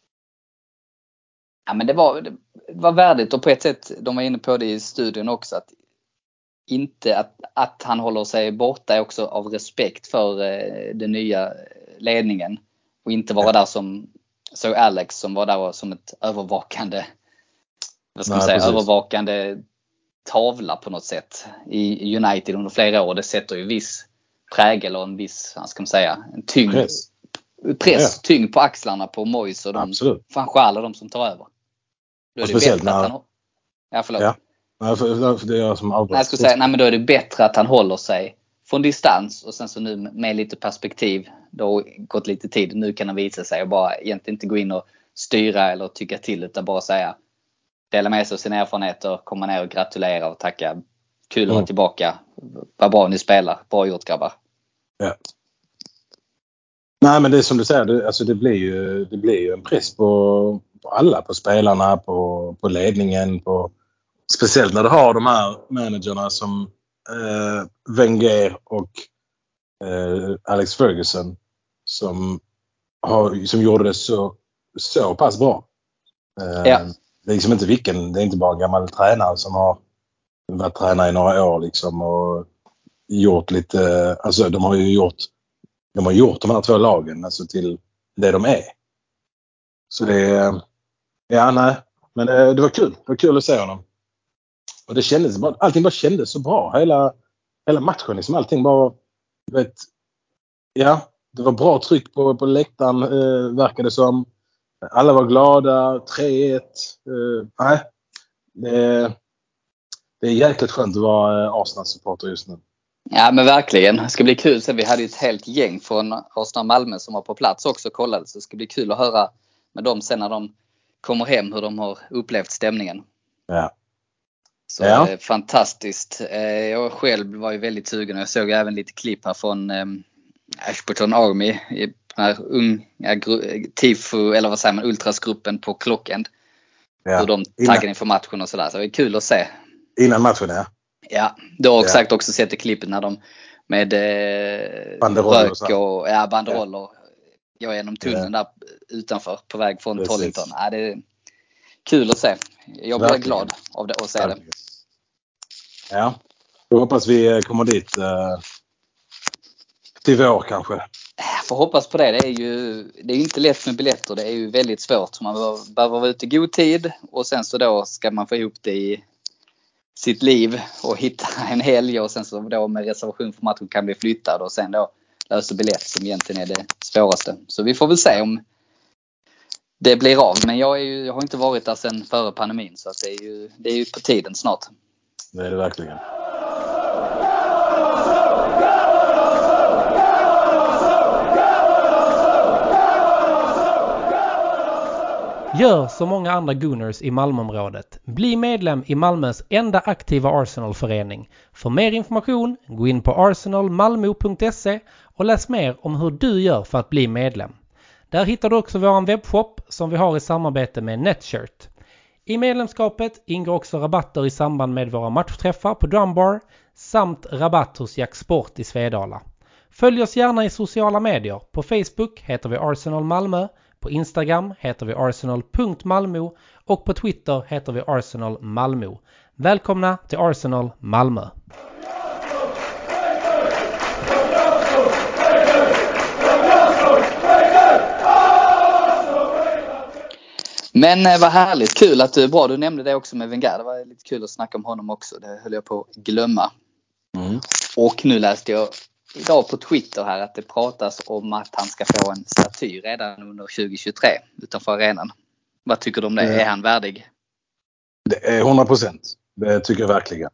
Ja, men det var värdigt, och på ett sätt, de var inne på det i studion också, att inte att han håller sig borta är också av respekt för den nya ledningen och inte vara där som så Alex som var där som ett övervakande övervakande tavla på något sätt i United under flera år. Det sätter ju viss prägel och en viss, vad ska man säga, en tyngd på axlarna på Moyes och de alla de som tar över. Då är det bättre att han... Ja, förlåt. Ja. För det är jag som avbröt. Jag skulle säga, nej, men då är det bättre att han håller sig från distans och sen så nu med lite perspektiv, då har gått lite tid, nu kan han visa sig och bara egentligen inte gå in och styra eller tycka till, utan bara säga, dela med sig av sina erfarenheter, komma ner och gratulera och tacka. Kul att vara tillbaka. Vad bra ni spelar. Bra gjort, grabbar. Ja. Nej, men det är som du säger, det blir ju en press på alla, på spelarna, på ledningen, speciellt när du har de här managerna som Wenger och Alex Ferguson som gjorde det så pass bra. Det är liksom inte det är inte bara en gammal tränare som har varit tränare i några år liksom och gjort lite, alltså de har gjort de här två lagen alltså till det de är. Så det men det var kul. Det var kul att se honom. Och det kändes bara, allting bara kändes så bra. Hela matchen liksom, allting bara, det var bra tryck på läktaren, verkade som. Alla var glada, 3-1. Det är jäkligt skönt att vara Arsenal-supporter just nu. Ja, men verkligen. Det ska bli kul. Så vi hade ju ett helt gäng från Arsenal Malmö som var på plats också och kollade. Så det ska bli kul att höra med dem sen när de kommer hem hur de har upplevt stämningen. Ja. Så fantastiskt. Jag själv var ju väldigt sugen. Jag såg även lite klipp här från Ashburton Army i den här tifo, eller vad säger man, ultrasgruppen på Clockend. Hur de taggade inför matchen och sådär. Så det är kul att se. Innan matchen, ja. Ja, du har exakt också sett i klippet när de med rök och banderoller går genom tunneln där utanför på väg från Tollington. Ja, det är kul att se. Jag blir glad av det och se det. Ja, jag hoppas vi kommer dit till vår kanske. Jag får hoppas på det. Det är inte lätt med biljetter. Det är ju väldigt svårt. Man behöver vara ute i god tid och sen så då ska man få ihop det i sitt liv och hitta en helg och sen så då med reservation för matchen kan bli flyttad och sen då lösa biljett som egentligen är det svåraste. Så vi får väl se om det blir av. Men jag har inte varit där sedan före pandemin så att det är ju på tiden snart. Det är det verkligen. Gör som många andra Gunners i Malmöområdet. Bli medlem i Malmös enda aktiva Arsenal-förening. För mer information, gå in på arsenalmalmo.se och läs mer om hur du gör för att bli medlem. Där hittar du också vår webbshop som vi har i samarbete med Netshirt. I medlemskapet ingår också rabatter i samband med våra matchträffar på Drumbar samt rabatt hos Jack Sport i Svedala. Följ oss gärna i sociala medier. På Facebook heter vi Arsenal Malmö. På Instagram heter vi arsenal.malmo och på Twitter heter vi Arsenal Malmö. Välkomna till Arsenal Malmö. Men vad härligt, kul att du är bra. Du nämnde det också med Wenger. Det var lite kul att snacka om honom också. Det höll jag på att glömma. Och nu läste jag idag på Twitter här att det pratas om att han ska få en staty redan under 2023 utanför arenan. Vad tycker du om det? Är han värdig? Det är 100%. Det tycker jag verkligen.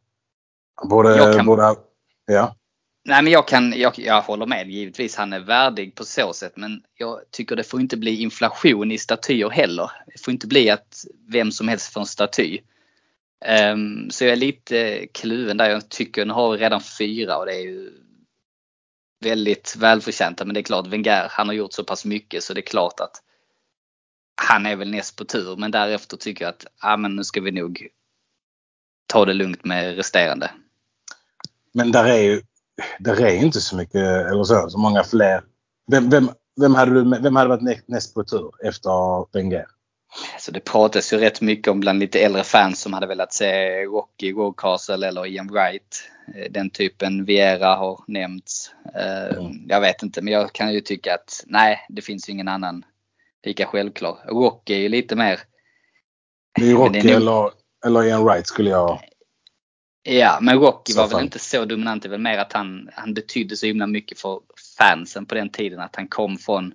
Nej, men jag håller med. Givetvis han är värdig på så sätt. Men jag tycker det får inte bli inflation i statyer heller. Det får inte bli att vem som helst får en staty. Så jag är lite kluven där. Jag tycker nu har vi redan 4 och det är ju väldigt välförtjänta. Men det är klart, Wenger, han har gjort så pass mycket så det är klart att han är väl näst på tur. Men därefter tycker jag att men nu ska vi nog ta det lugnt med resterande. Men där är inte så mycket eller så många fler. Vem hade varit näst på tur efter Wenger? Så det pratas ju rätt mycket om bland lite äldre fans som hade velat se Rocky, Wardcastle eller Ian Wright. Den typen Vieira har nämnts. Jag vet inte, men jag kan ju tycka att nej, det finns ju ingen annan lika självklar. Rocky är ju lite mer... Det är Rocky eller Ian Wright skulle jag... Ja, men Rocky Så var väl fan. inte så dominant. Det är väl mer att han betydde så himla mycket för fansen på den tiden. Att han kom från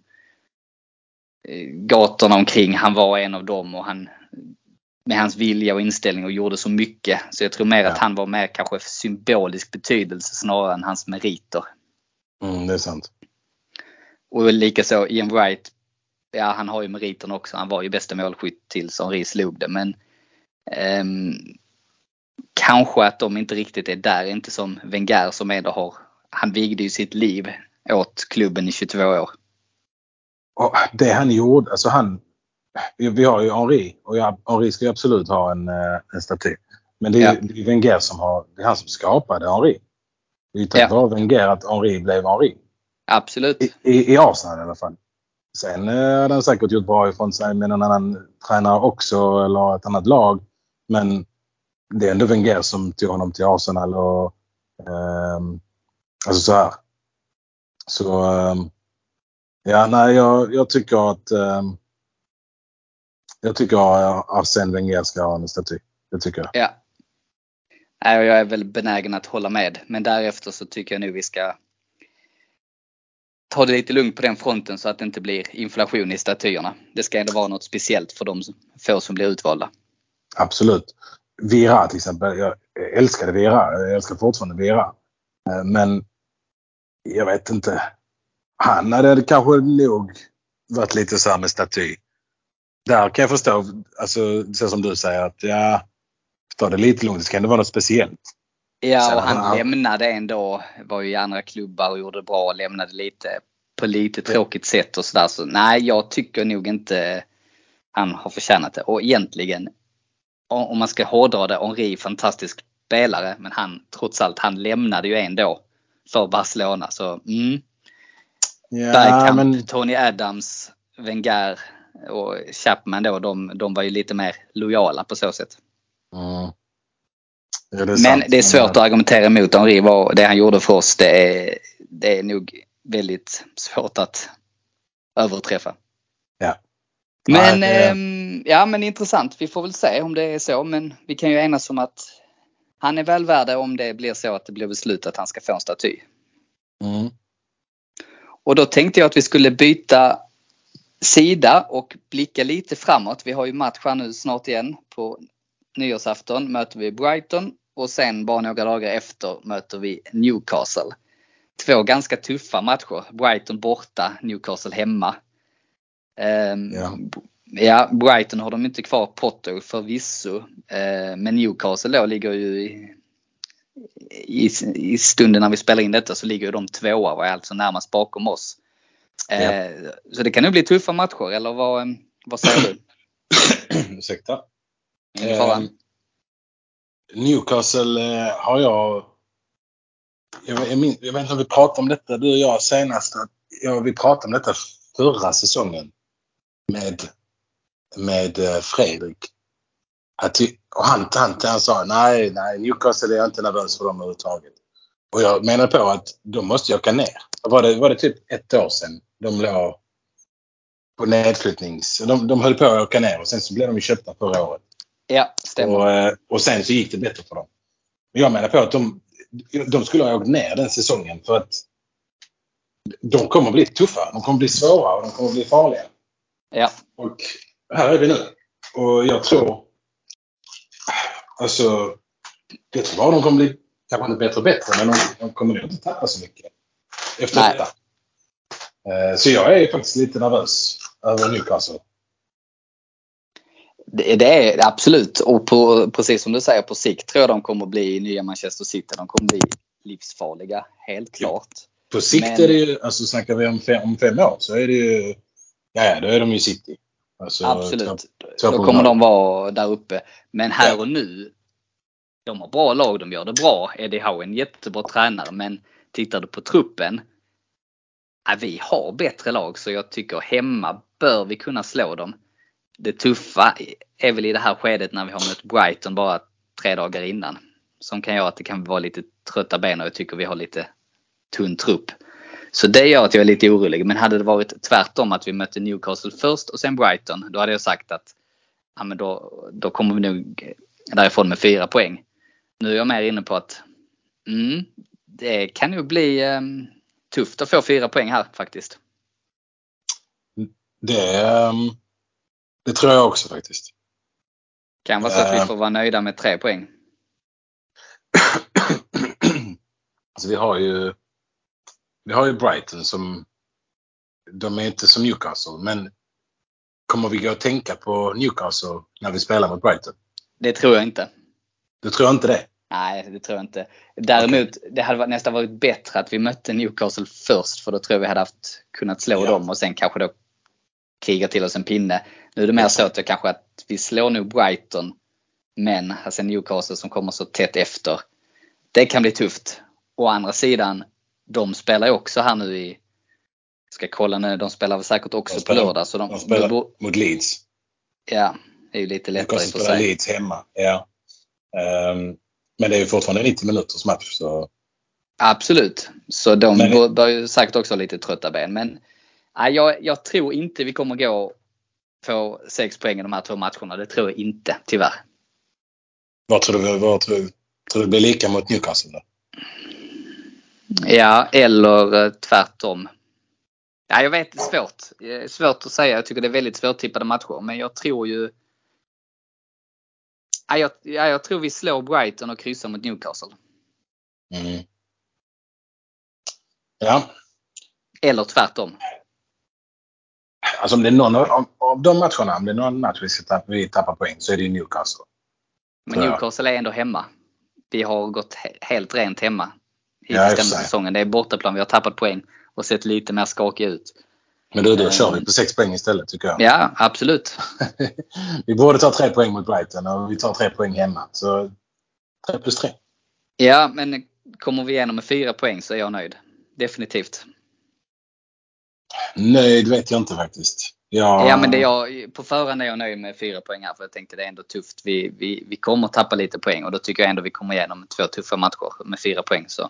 gatorna omkring. Han var en av dem och han med hans vilja och inställning och gjorde så mycket. Så jag tror mer att han var mer kanske symbolisk betydelse snarare än hans meriter. Det är sant. Och likaså Ian Wright. Ja, han har ju meriterna också. Han var ju bästa målskytt tills Henri slog det. Men kanske att de inte riktigt är där. Inte som Wenger som ändå har. Han vigde ju sitt liv åt klubben i 22 år. Och det han gjorde, alltså vi har ju Henri och Henri ska ju absolut ha en staty. Men det är ju Wenger det är han som skapade Henri. Det är ju tack vare Wenger att Henri blev Henri. Absolut. I Arsenal i alla fall. Sen hade han säkert gjort bra ifrån sig med någon annan tränare också eller ett annat lag. Men det är ändå Wenger som tog honom till Arsenal och alltså så här. Så jag tycker att Arsène Wenger ska ha en staty. Det tycker jag. Ja. Jag är väl benägen att hålla med. Men därefter så tycker jag nu vi ska ta det lite lugnt på den fronten så att det inte blir inflation i statyerna. Det ska ändå vara något speciellt för de få som blir utvalda. Absolut. Vieira till exempel. Jag älskade Vieira. Jag älskar fortfarande Vieira. Men jag vet inte. Han hade kanske nog varit lite så här med staty. Där kan jag förstå, alltså så som du säger att ta det lite lugnt. Det ska ändå vara något speciellt. Ja, och han lämnade ändå, var ju i andra klubbar och gjorde bra och lämnade lite på lite tråkigt sätt och sådär. Så nej, jag tycker nog inte han har förtjänat det. Och egentligen, om man ska hårdra det, Henri fantastisk spelare, men trots allt, han lämnade ju ändå för Barcelona. Så Bergkamp, Tony Adams, Wenger och Chapman då, de var ju lite mer lojala på så sätt. Ja, det är svårt att argumentera emot Henri. Det han gjorde för oss, det är nog väldigt svårt att överträffa. Ja. Men intressant. Vi får väl se om det är så. Men vi kan ju enas om att han är väl värd om det blir så att det blir beslutat att han ska få en staty. Och då tänkte jag att vi skulle byta sida och blicka lite framåt. Vi har ju match här nu snart igen. På nyårsafton möter vi Brighton. Och sen bara några dagar efter möter vi Newcastle. 2 ganska tuffa matcher. Brighton borta, Newcastle hemma. Brighton har de inte kvar Potter förvisso. Men Newcastle då ligger ju i stunden när vi spelar in detta så ligger ju de 2 och är alltså närmast bakom oss. Så det kan nu bli tuffa matcher, eller vad säger du? Ursäkta. Newcastle har jag vet inte om vi pratade om detta du och jag senast. Vi pratade om detta förra säsongen med Fredrik. Och han sa nej, Newcastle är jag inte nervös för dem överhuvudtaget. Och jag menar på att då måste jag åka ner. Var det typ 1 år sedan de låg på nedflyttnings. De höll på att åka ner och sen så blev de köpta förra året. Ja, stämmer. Och sen så gick det bättre för dem. Men jag menar på att de skulle ha åkt ner den säsongen för att de kommer bli tuffa. De kommer bli svåra och de kommer bli farliga. Ja. Och här är vi nu. Och jag tror bara de kommer bli kanske inte bättre och bättre, men de kommer inte tappa så mycket efter detta. Så jag är faktiskt lite nervös över Newcastle. Det är absolut. Och precis som du säger, på sikt tror jag de kommer bli nya Manchester City. De kommer bli livsfarliga, helt klart. På sikt är det ju, alltså snackar vi om 5 år så är det ju, då är de ju City. Alltså, absolut. Då kommer de vara där uppe. Men här och nu, de har bra lag, de gör det bra. Eddie Howe är en jättebra tränare, men tittar du på truppen, vi har bättre lag, så jag tycker hemma bör vi kunna slå dem. Det tuffa är väl i det här skedet när vi har mött Brighton bara 3 dagar innan, som kan göra att det kan vara lite trötta ben och jag tycker vi har lite tunn trupp. Så det gör att jag är lite orolig. Men hade det varit tvärtom att vi mötte Newcastle först och sen Brighton, då hade jag sagt att men då kommer vi nog därifrån med 4 poäng. Nu är jag mer inne på att det kan ju bli tufft att få 4 poäng här faktiskt. Det tror jag också faktiskt. Kan vara så att vi får vara nöjda med 3 poäng. Alltså vi har ju Brighton som, de är inte som Newcastle, men kommer vi gå och tänka på Newcastle när vi spelar mot Brighton? Det tror jag inte. Du tror inte det? Nej, det tror jag inte. Däremot, Det hade nästan varit bättre att vi mötte Newcastle först, för då tror jag vi hade kunnat slå dem och sen kanske då kriga till oss en pinne. Nu är det mer så att vi slår nog Brighton, men alltså Newcastle som kommer så tätt efter. Det kan bli tufft. Å andra sidan, de spelar ju också här nu i... Ska kolla nu, de spelar väl säkert också på lördag. Så de spelar mot Leeds. Ja, det är ju lite lättare i och för sig. Leeds hemma, ja. Men det är ju fortfarande 90 minuters match. Så. Absolut. Så de bör ju säkert också ha lite trötta ben. Men jag tror inte vi kommer gå få 6 poäng i de här 2 matcherna. Det tror jag inte, tyvärr. Vad tror du det blir lika mot Newcastle då? Ja, eller tvärtom. Ja, jag vet, det är svårt att säga. Jag tycker det är väldigt svårtippade matcher. Men jag tror ju... Jag tror vi slår Brighton och kryssar mot Newcastle. Ja. Eller tvärtom. Alltså om det är någon av de matcherna, om det är någon match vi tappar poäng, så är det ju Newcastle. Men Newcastle är ändå hemma. Vi har gått helt rent hemma i säsongen. Det är bortaplan, vi har tappat poäng och sett lite mer skakig ut. Men då kör vi på 6 poäng istället, tycker jag. Ja, absolut. Vi borde ta 3 poäng mot Brighton och vi tar 3 poäng hemma. Så 3+3. Ja, men kommer vi igenom med 4 poäng så är jag nöjd. Definitivt. Nöjd vet jag inte faktiskt. Ja, men på förhand är jag nöjd med 4 poäng här. För jag tänkte det är ändå tufft. Vi kommer tappa lite poäng. Och då tycker jag ändå vi kommer igenom 2 tuffa matcher med 4 poäng. Så.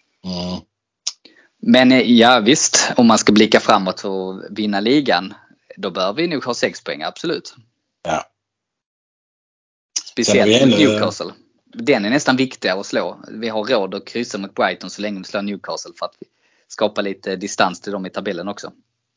Men ja, visst. Om man ska blicka framåt och vinna ligan, då bör vi nog ha 6 poäng, absolut. Ja. Speciellt mot Newcastle. Den är nästan viktigare att slå. Vi har råd att kryssa mot Brighton så länge vi slår Newcastle, för att skapa lite distans till dem i tabellen också.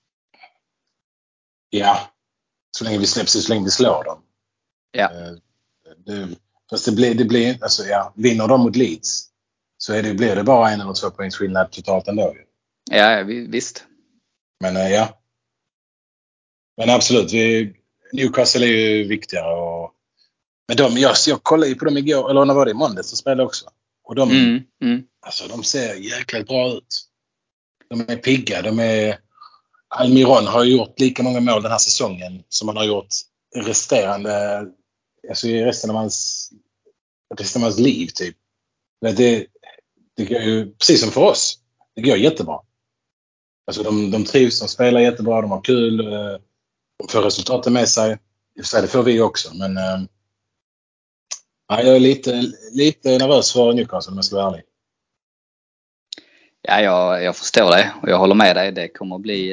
Ja, så länge vi släpps, så länge vi slår dem. Ja. Fast det blir alltså, ja, vinner de mot Leeds så blir det bara 1 eller 2 poängs skillnad totalt ändå. Ja, visst. Men ja. Men absolut, Newcastle är ju viktigare. Men jag kollade ju på dem igår, eller när var det, i måndag, så spelade också. Och alltså, de ser jäkligt bra ut. De är pigga, Almiron har gjort lika många mål den här säsongen som han har gjort i resten av hans liv typ. Men det går ju precis som för oss. Det går jättebra. Alltså de trivs, de spelar jättebra, de har kul, de får resultaten med sig. I och för sig, det får vi också, men jag är lite nervös för Newcastle om jag ska vara ärlig. Ja, jag förstår det och jag håller med dig. Det kommer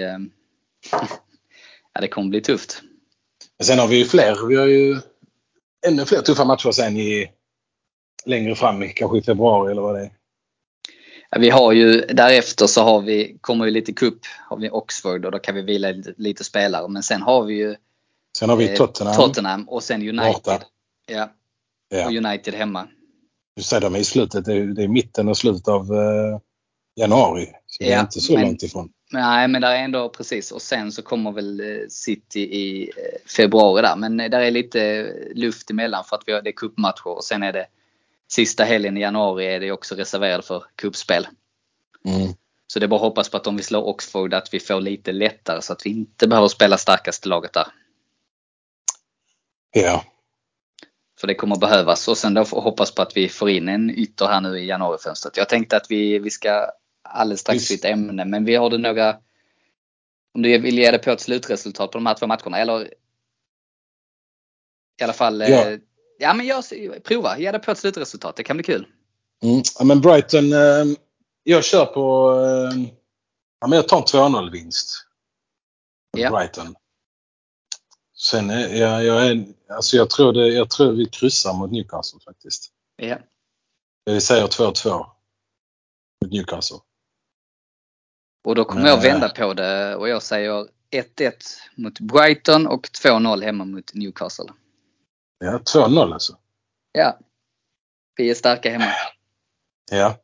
bli tufft. Men sen har vi ju ännu fler tuffa matcher sen längre fram, kanske i februari eller vad det är. Ja, vi har ju därefter så kommer ju lite cup, har vi Oxford och då kan vi vila lite spelare, men sen har vi Tottenham och sen United. Ja. Och United hemma. Du säger de är i slutet, det är mitten och slutet av januari. Så det är inte så långt ifrån. Nej, men där är ändå precis. Och sen så kommer väl City i februari där. Men där är lite luft emellan för att det är cupmatcher. Och sen är det sista helgen i januari är det också reserverad för cupspel. Så det är bara att hoppas på att om vi slår Oxford att vi får lite lättare så att vi inte behöver spela starkaste laget där. Ja. För det kommer behövas. Och sen då hoppas på att vi får in en ytter här nu i januarifönstret. Jag tänkte att vi ska alldeles strax byta ämne. Men vi har några... Om du vill ge dig på ett slutresultat på de här 2 matcherna. Eller i alla fall... Ja, men prova. Ge dig på ett slutresultat. Det kan bli kul. Ja, men Brighton... jag kör på... men jag tar en 2-0-vinst. Brighton. Sen jag tror vi kryssar mot Newcastle faktiskt. Ja. Vi säger 2-2 mot Newcastle. Och då kommer jag vända på det och jag säger 1-1 mot Brighton och 2-0 hemma mot Newcastle. Ja, 2-0 alltså. Ja, vi är starka hemma. Ja.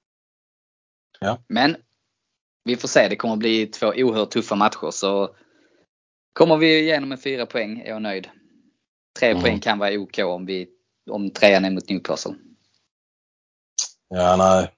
Men vi får se, det kommer bli 2 oerhört tuffa matcher, så kommer vi igenom med 4 poäng är jag nöjd. 3 poäng kan vara OK om 3:an är mot Newcastle. Ja, nej.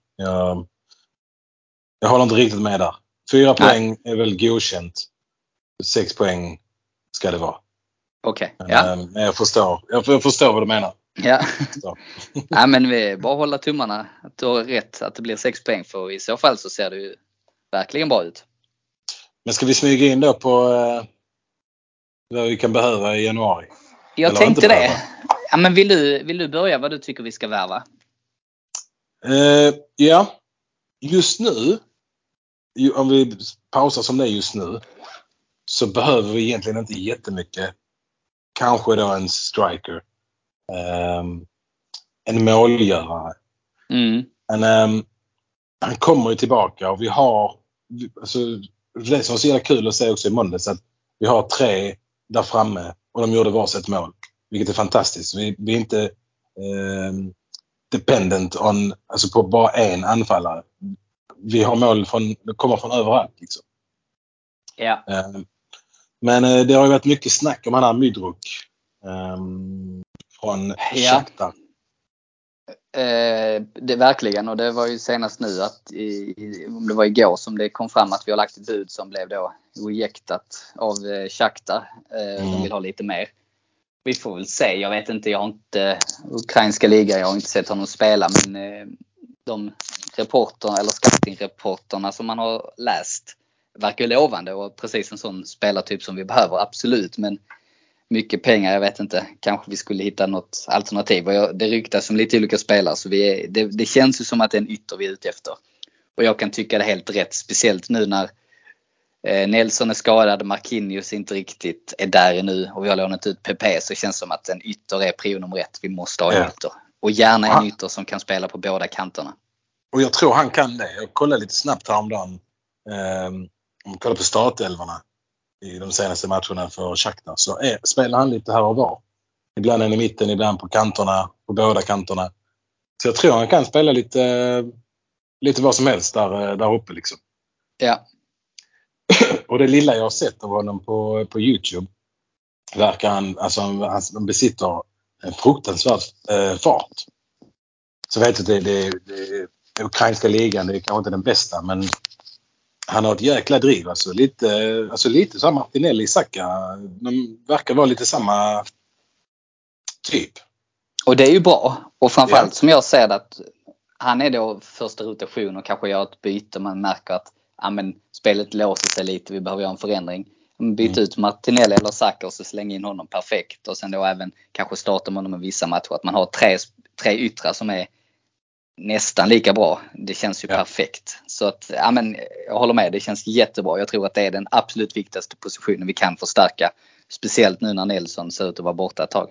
Jag håller inte riktigt med där. 4 poäng är väl godkänt. 6 poäng ska det vara. Okej, ja. Men jag förstår vad du menar. Ja. Ja, men vi bara hålla tummarna att du har rätt, att det blir 6 poäng, för i så fall så ser det ju verkligen bra ut. Men ska vi smyga in då på vad vi kan behöva i januari? Jag tänkte det. Ja, men vill du börja vad du tycker vi ska värva? Ja, just nu, om vi pausar som det är just nu, så behöver vi egentligen inte jättemycket. Kanske då en striker. En målgörare. Han kommer ju tillbaka och vi har, alltså, det som är så jävla kul att se också i måndags, att vi har 3 där framme och de gjorde varsitt mål, vilket är fantastiskt. Vi är inte dependent on, alltså på bara en anfallare. Vi har mål kommer från överallt liksom. Ja. Men det har ju varit mycket snack om han här Mydruk från Shakhtar. Det verkligen, och det var ju senast nu att om det var igår som det kom fram att vi har lagt ett bud som blev då rejectat av Shakhtar. De vill ha lite mer. Vi får väl se, jag vet inte, jag har inte ukrainska liga, jag har inte sett honom spela, men de reporterna eller scouting-reporterna som man har läst verkar lovande och precis en sån spelartyp som vi behöver, absolut, men mycket pengar, jag vet inte. Kanske vi skulle hitta något alternativ. Och det ryktas som lite olika spelare, så det känns ju som att det är en ytter vi är ute efter. Och jag kan tycka det är helt rätt, speciellt nu när Nelson är skadad, Marquinhos inte riktigt är där nu och vi har lånat ut PP, så känns det som att en ytter är prio nummer 1. Vi måste ha en ytter. Och gärna en ytter som kan spela på båda kanterna. Och jag tror han kan det. Jag kollade lite snabbt häromdagen. Om kollar på startelvorna i de senaste matcherna för Shakhtar, så spelar han lite här och var. Ibland i mitten, ibland på kanterna, på båda kanterna. Så jag tror han kan spela lite vad som helst där uppe liksom. Ja. Och det lilla jag har sett av honom på YouTube verkar han besitter en fruktansvärd fart. Så vet jag, det ukrainska ligan, det är kanske inte den bästa, men han har ett jäkla driv. Alltså lite som Martinelli, Saka. De verkar vara lite samma typ. Och det är ju bra. Och framförallt som jag ser att han är då första rotation och kanske gör ett byte. Man märker att spelet låser sig lite, vi behöver göra en förändring. Byta ut Martinelli eller Saka och så slänga in honom perfekt. Och sen då även kanske starta med honom i vissa matcher. Att man har tre yttrar som är nästan lika bra. Det känns ju perfekt. Så att, jag håller med, det känns jättebra. Jag tror att det är den absolut viktigaste positionen vi kan förstärka. Speciellt nu när Nelson ser ut att vara borta ett tag.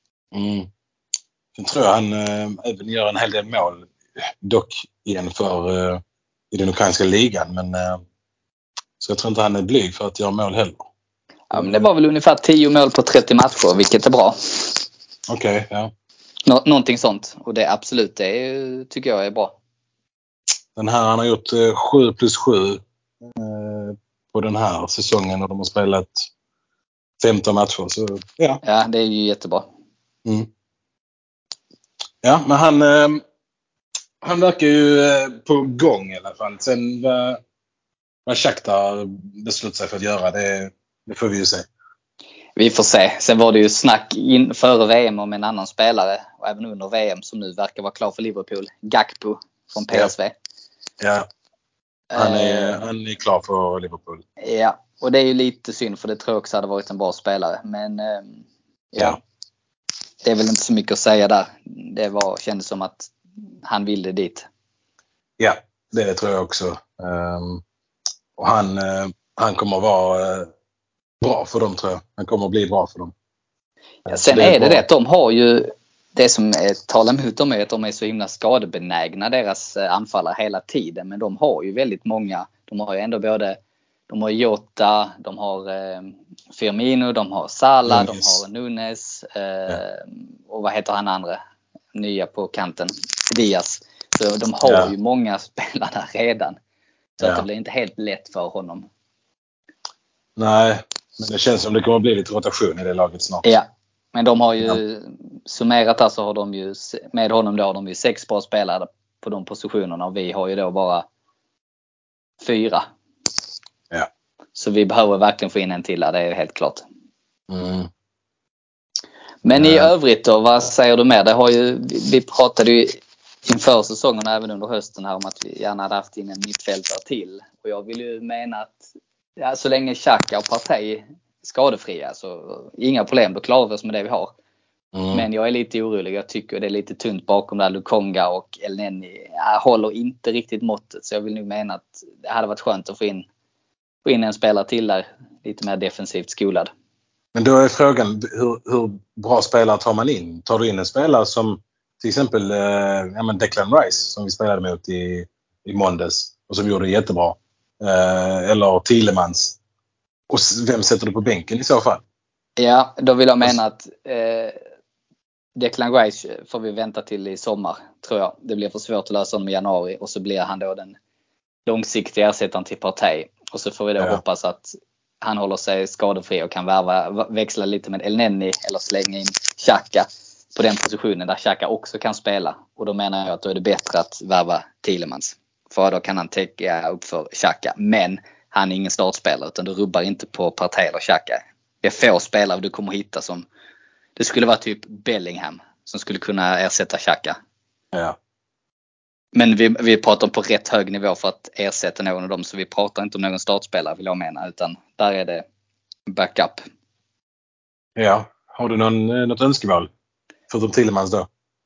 Sen tror jag han även gör en hel del mål. Dock igen i den ukrainska ligan. Men så jag tror inte han är blyg för att göra mål heller. Ja, men det var väl ungefär 10 mål på 30 matcher, vilket är bra. Okej, ja. Någonting sånt. Och det absolut, det tycker jag är bra. Den här, han har gjort 7+7 på den här säsongen och de har spelat 15 matcher. Så, ja. Ja, det är ju jättebra. Ja, men han verkar ju på gång i alla fall. Sen vad Shakhtar beslutar sig för att göra, det får vi ju se. Vi får se. Sen var det ju snack före VM om en annan spelare och även under VM som nu verkar vara klar för Liverpool. Gakpo från PSV. Ja. Han är klar för Liverpool. Ja, och det är ju lite synd för det tror jag också hade varit en bra spelare. Men det är väl inte så mycket att säga där. Det kändes som att han ville dit. Ja, det tror jag också. Och han kommer att vara bra för dem, tror jag. Han kommer att bli bra för dem. Ja, sen är det att de har ju det som talar emot dem är att de är så himla skadebenägna, deras anfallare hela tiden. Men de har ju väldigt många. De har ju ändå de har Jota, de har Firmino, de har Salah, de har Nunes och vad heter han andra nya på kanten? Diaz. Så de har ju många spelare redan. Så att det blir inte helt lätt för honom. Nej, men det känns som det kommer att bli lite rotation i det laget snart. Ja, men de har ju summerat där, så har de ju med honom då har de ju 6 bra spelare på de positionerna och vi har ju då bara 4. Ja. Så vi behöver verkligen få in en till där, det är helt klart. Mm. Men i övrigt då, vad säger du mer? Det har ju, vi pratade ju inför säsongen även under hösten här om att vi gärna hade haft in en mittfältare till. Och jag vill ju mena att så länge Xhaka och Partey är skadefria så inga problem, då klarar vi oss med det vi har. Men jag är lite orolig. Jag tycker det är lite tunt bakom där. Lukonga och Elneny håller inte riktigt måttet. Så jag vill nu mena att det hade varit skönt att få in en spelare till där. Lite mer defensivt skolad. Men då är frågan, hur bra spelare tar man in? Tar du in en spelare som till exempel Declan Rice som vi spelade mot i måndags och som gjorde det jättebra? Eller Tielemans? Och vem sätter du på bänken i så fall? Ja, då vill jag mena att Declan Rice får vi vänta till i sommar, tror jag. Det blir för svårt att lösa honom i januari och så blir han då den långsiktiga ersättaren till Partey. Och så får vi då hoppas att han håller sig skadefri och kan växla lite med Elneny eller slänga in Xhaka på den positionen där Xhaka också kan spela. Och då menar jag att då är det bättre att värva Tielemans. För då kan han täcka upp för Xhaka. Men han är ingen startspelare utan du rubbar inte på Partey eller Xhaka. Det är få spelare du kommer hitta som... Det skulle vara typ Bellingham som skulle kunna ersätta Xhaka. Ja. Men vi pratar på rätt hög nivå för att ersätta någon av dem. Så vi pratar inte om någon startspelare vill jag mena. Utan där är det backup. Ja. Har du något önskemål? Förutom Tielemans då?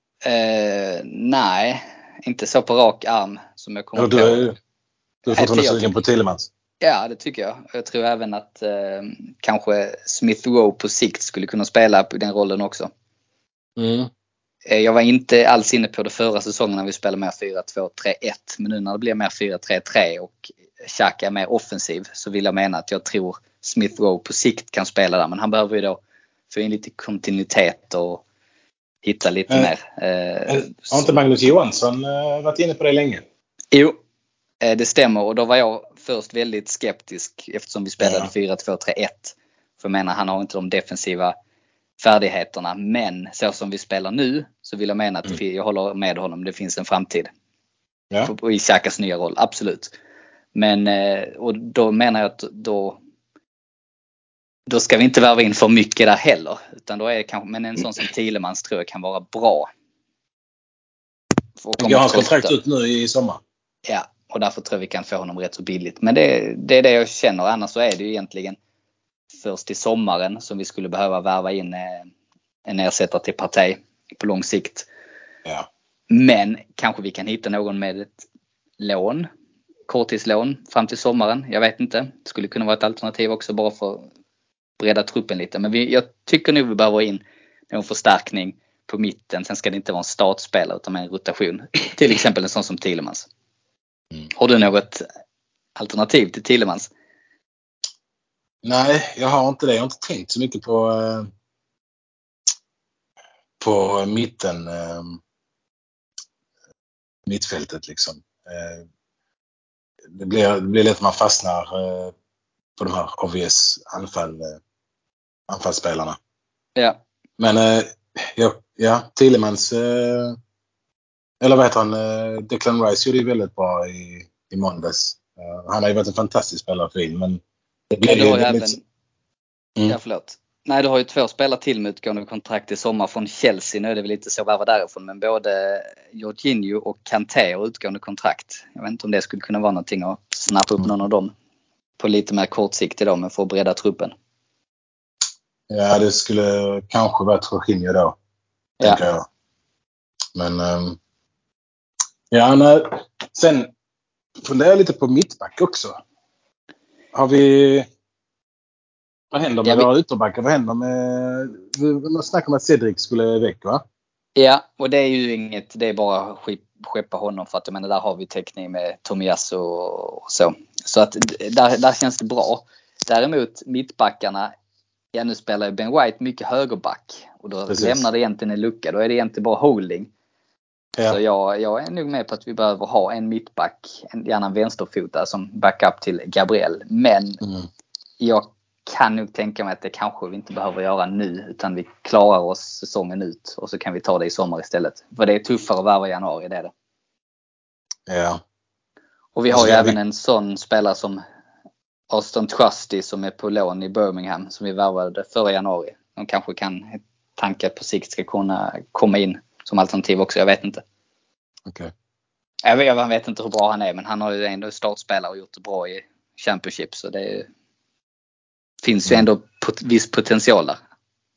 Nej. Inte så på rak arm som jag kommer på. Du är fortfarande sugen på Tielemans? Ja, det tycker jag. Jag tror även att kanske Smith Rowe på sikt skulle kunna spela på den rollen också. Jag var inte alls inne på det förra säsongen när vi spelade med 4-2-3-1. Men nu när det blir mer 4-3-3 och Xhaka är mer offensiv så vill jag mena att jag tror Smith Rowe på sikt kan spela där. Men han behöver ju då få in lite kontinuitet och hitta lite mer. Har inte Magnus Johansson varit inne på det länge? Jo, det stämmer. Och då var jag först väldigt skeptisk eftersom vi spelade 4-2-3-1. För jag menar han har inte de defensiva färdigheterna. Men så som vi spelar nu så vill jag mena att jag håller med honom. Det finns en framtid. Ja. I Xhakas nya roll, absolut. Men och då menar jag att då ska vi inte värva in för mycket där heller. Utan då är det kanske, men en sån som Tielemans tror jag kan vara bra. Jag har kontrakt ut nu i sommar. Ja, och därför tror jag vi kan få honom rätt så billigt. Men det är det jag känner. Annars så är det ju egentligen först i sommaren som vi skulle behöva värva in en ersättare till Partey på lång sikt. Ja. Men kanske vi kan hitta någon med ett lån, korttidslån fram till sommaren. Jag vet inte. Det skulle kunna vara ett alternativ också bara för att bredda truppen lite. Men jag tycker nog vi behöver in någon förstärkning på mitten. Sen ska det inte vara en startspelare utan en rotation. Till exempel en sån som Tielemans. Har du något alternativ till Tielemans? Nej, jag har inte det. Jag har inte tänkt så mycket på mittfältet liksom. Det blir lätt att man fastnar på de här obvious anfallsspelarna. Ja. Men Tielemans eller vad heter han? Declan Rice gjorde ju väldigt bra i måndags. Han har ju varit en fantastisk spelare för in, men det blir ju väldigt... Ja, förlåt. Nej, du har ju 2 spelare till med utgående kontrakt i sommar från Chelsea. Nu är det väl lite så värva därifrån. Men både Jorginho och Kanté har utgående kontrakt. Jag vet inte om det skulle kunna vara någonting att snappa upp någon av dem. På lite mer kort sikt idag, men för att bredda truppen. Ja, det skulle kanske vara Jorginho då. Tänker jag. Men... sen funderar jag lite på mittback också. Har vi... Vad händer med våra ytterbackar? Vad händer med... Man snackar om att Cedric skulle väck, va? Ja, och det är ju inget, det är bara att skeppa honom för att jag menar där har vi täckning med Tomiyasu och så. Så att där känns det bra. Däremot mittbackarna, ja nu spelar ju Ben White mycket högerback och då lämnar det egentligen en lucka. Då är det egentligen bara holding. Ja. Så jag är nog med på att vi behöver ha en mittback, gärna en vänsterfotare som backup till Gabriel. Men jag kan nog tänka mig att det kanske vi inte behöver göra nu utan vi klarar oss säsongen ut och så kan vi ta det i sommar istället. För det är tuffare att värva i januari, det är det. Ja. Och vi har ju även en sån spelare som Austin Trusty som är på lån i Birmingham som vi värvade förra januari. De kanske kan tanka på sikt ska kunna komma in som alternativ också, jag vet inte. Okej. Jag vet inte hur bra han är men han har ju ändå startspelare och gjort det bra i Championship så det finns ju ändå viss potential där.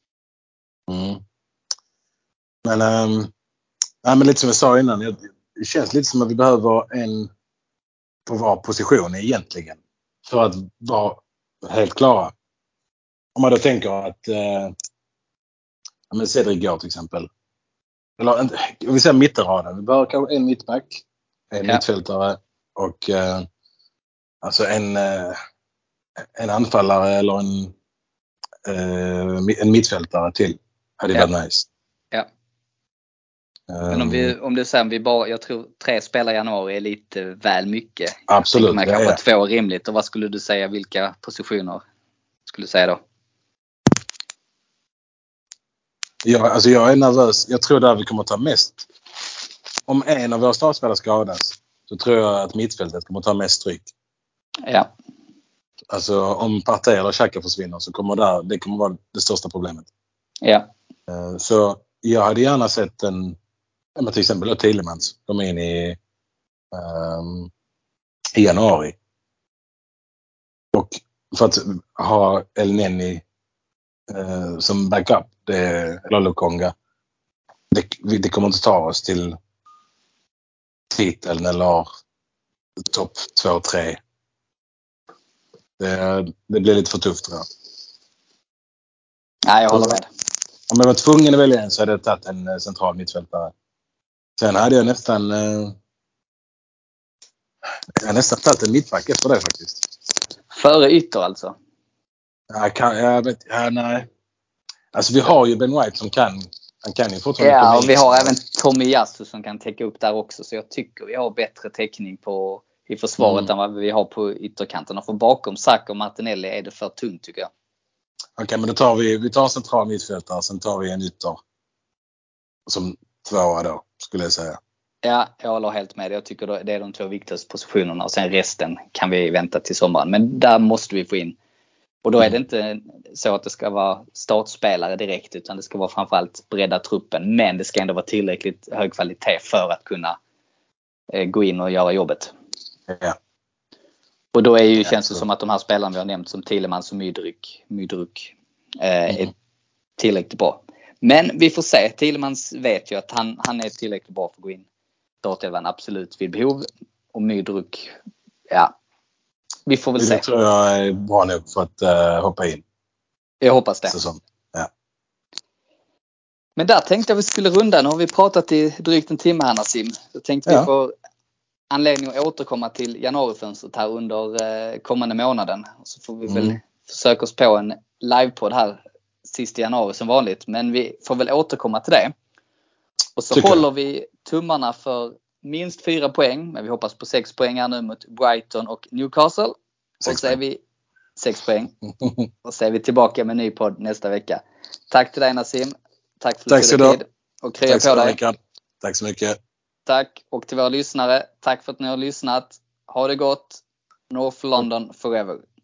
Men lite som jag sa innan, det känns lite som att vi behöver en på var position egentligen. För att vara helt klara. Om man då tänker att Cedric går till exempel. Eller om vi säger mittenraden. Vi behöver kanske en mittback, en mittfältare och alltså en anfallare eller en mittfältare till. Hade varit nice. Ja. Men om du säger jag tror 3 spelare i januari är lite väl mycket. Absolut. Man kanske 2 rimligt. Och vad skulle du säga, vilka positioner skulle du säga då? Jag är nervös. Jag tror där vi kommer att ta mest. Om en av våra startspelare skadas så tror jag att mittfältet kommer att ta mest stryk. Ja. Alltså om Partey eller Xhaka försvinner så kommer det kommer vara det största problemet. Ja. Så jag hade gärna sett till exempel Thielemans komma in i januari. Och för att ha El Neni som backup, eller Lokonga, det kommer inte ta oss till titeln eller topp 2-3. Det blir lite för tufft tror jag. Nej, jag håller med. Om jag var tvungen att välja en så hade jag tagit en central mittfältare. Sen hade jag nästan tagit en mittback efter det faktiskt. Före ytter alltså? Nej. Alltså vi har ju Ben White som han kan ju fortfarande komma in. Ja, och vi har även Tomiyasu som kan täcka upp där också. Så jag tycker vi har bättre täckning i försvaret än vad vi har på ytterkanterna. För bakom Saka och Martinelli är det för tungt tycker jag. Okej, men då tar vi tar en central mittfältare, sen tar vi en ytter som tvåa då, skulle jag säga. Ja, jag håller helt med. Jag tycker det är de 2 viktigaste positionerna och sen resten kan vi vänta till sommaren. Men där måste vi få in. Och då är det inte så att det ska vara startspelare direkt utan det ska vara framförallt bredda truppen. Men det ska ändå vara tillräckligt hög kvalitet för att kunna gå in och göra jobbet. Ja. Och då känns det som att de här spelarna vi har nämnt som Thielemans och Mydruk är tillräckligt bra. Men vi får se. Thielemans vet ju att han är tillräckligt bra för att gå in. Startelvan absolut vid behov. Och Mydruk, vi får väl se. Det tror jag är bra nog för att hoppa in. Jag hoppas det. Ja. Men där tänkte jag vi skulle runda. Nu har vi pratat i drygt en timme här Nassim. Då tänkte vi få anledning att återkomma till januarifönstret här under kommande månaden. Så får vi väl försöka oss på en livepodd här sista januari som vanligt. Men vi får väl återkomma till det. Och så håller vi tummarna för minst 4 poäng. Men vi hoppas på 6 poäng här nu mot Brighton och Newcastle. Och så är vi 6 poäng. Och så är vi tillbaka med en ny podd nästa vecka. Tack till dig Nassim. Tack för att du tog tid. Och krya på dig. Tack så mycket. Tack. Och till våra lyssnare. Tack för att ni har lyssnat. Ha det gott. North London forever.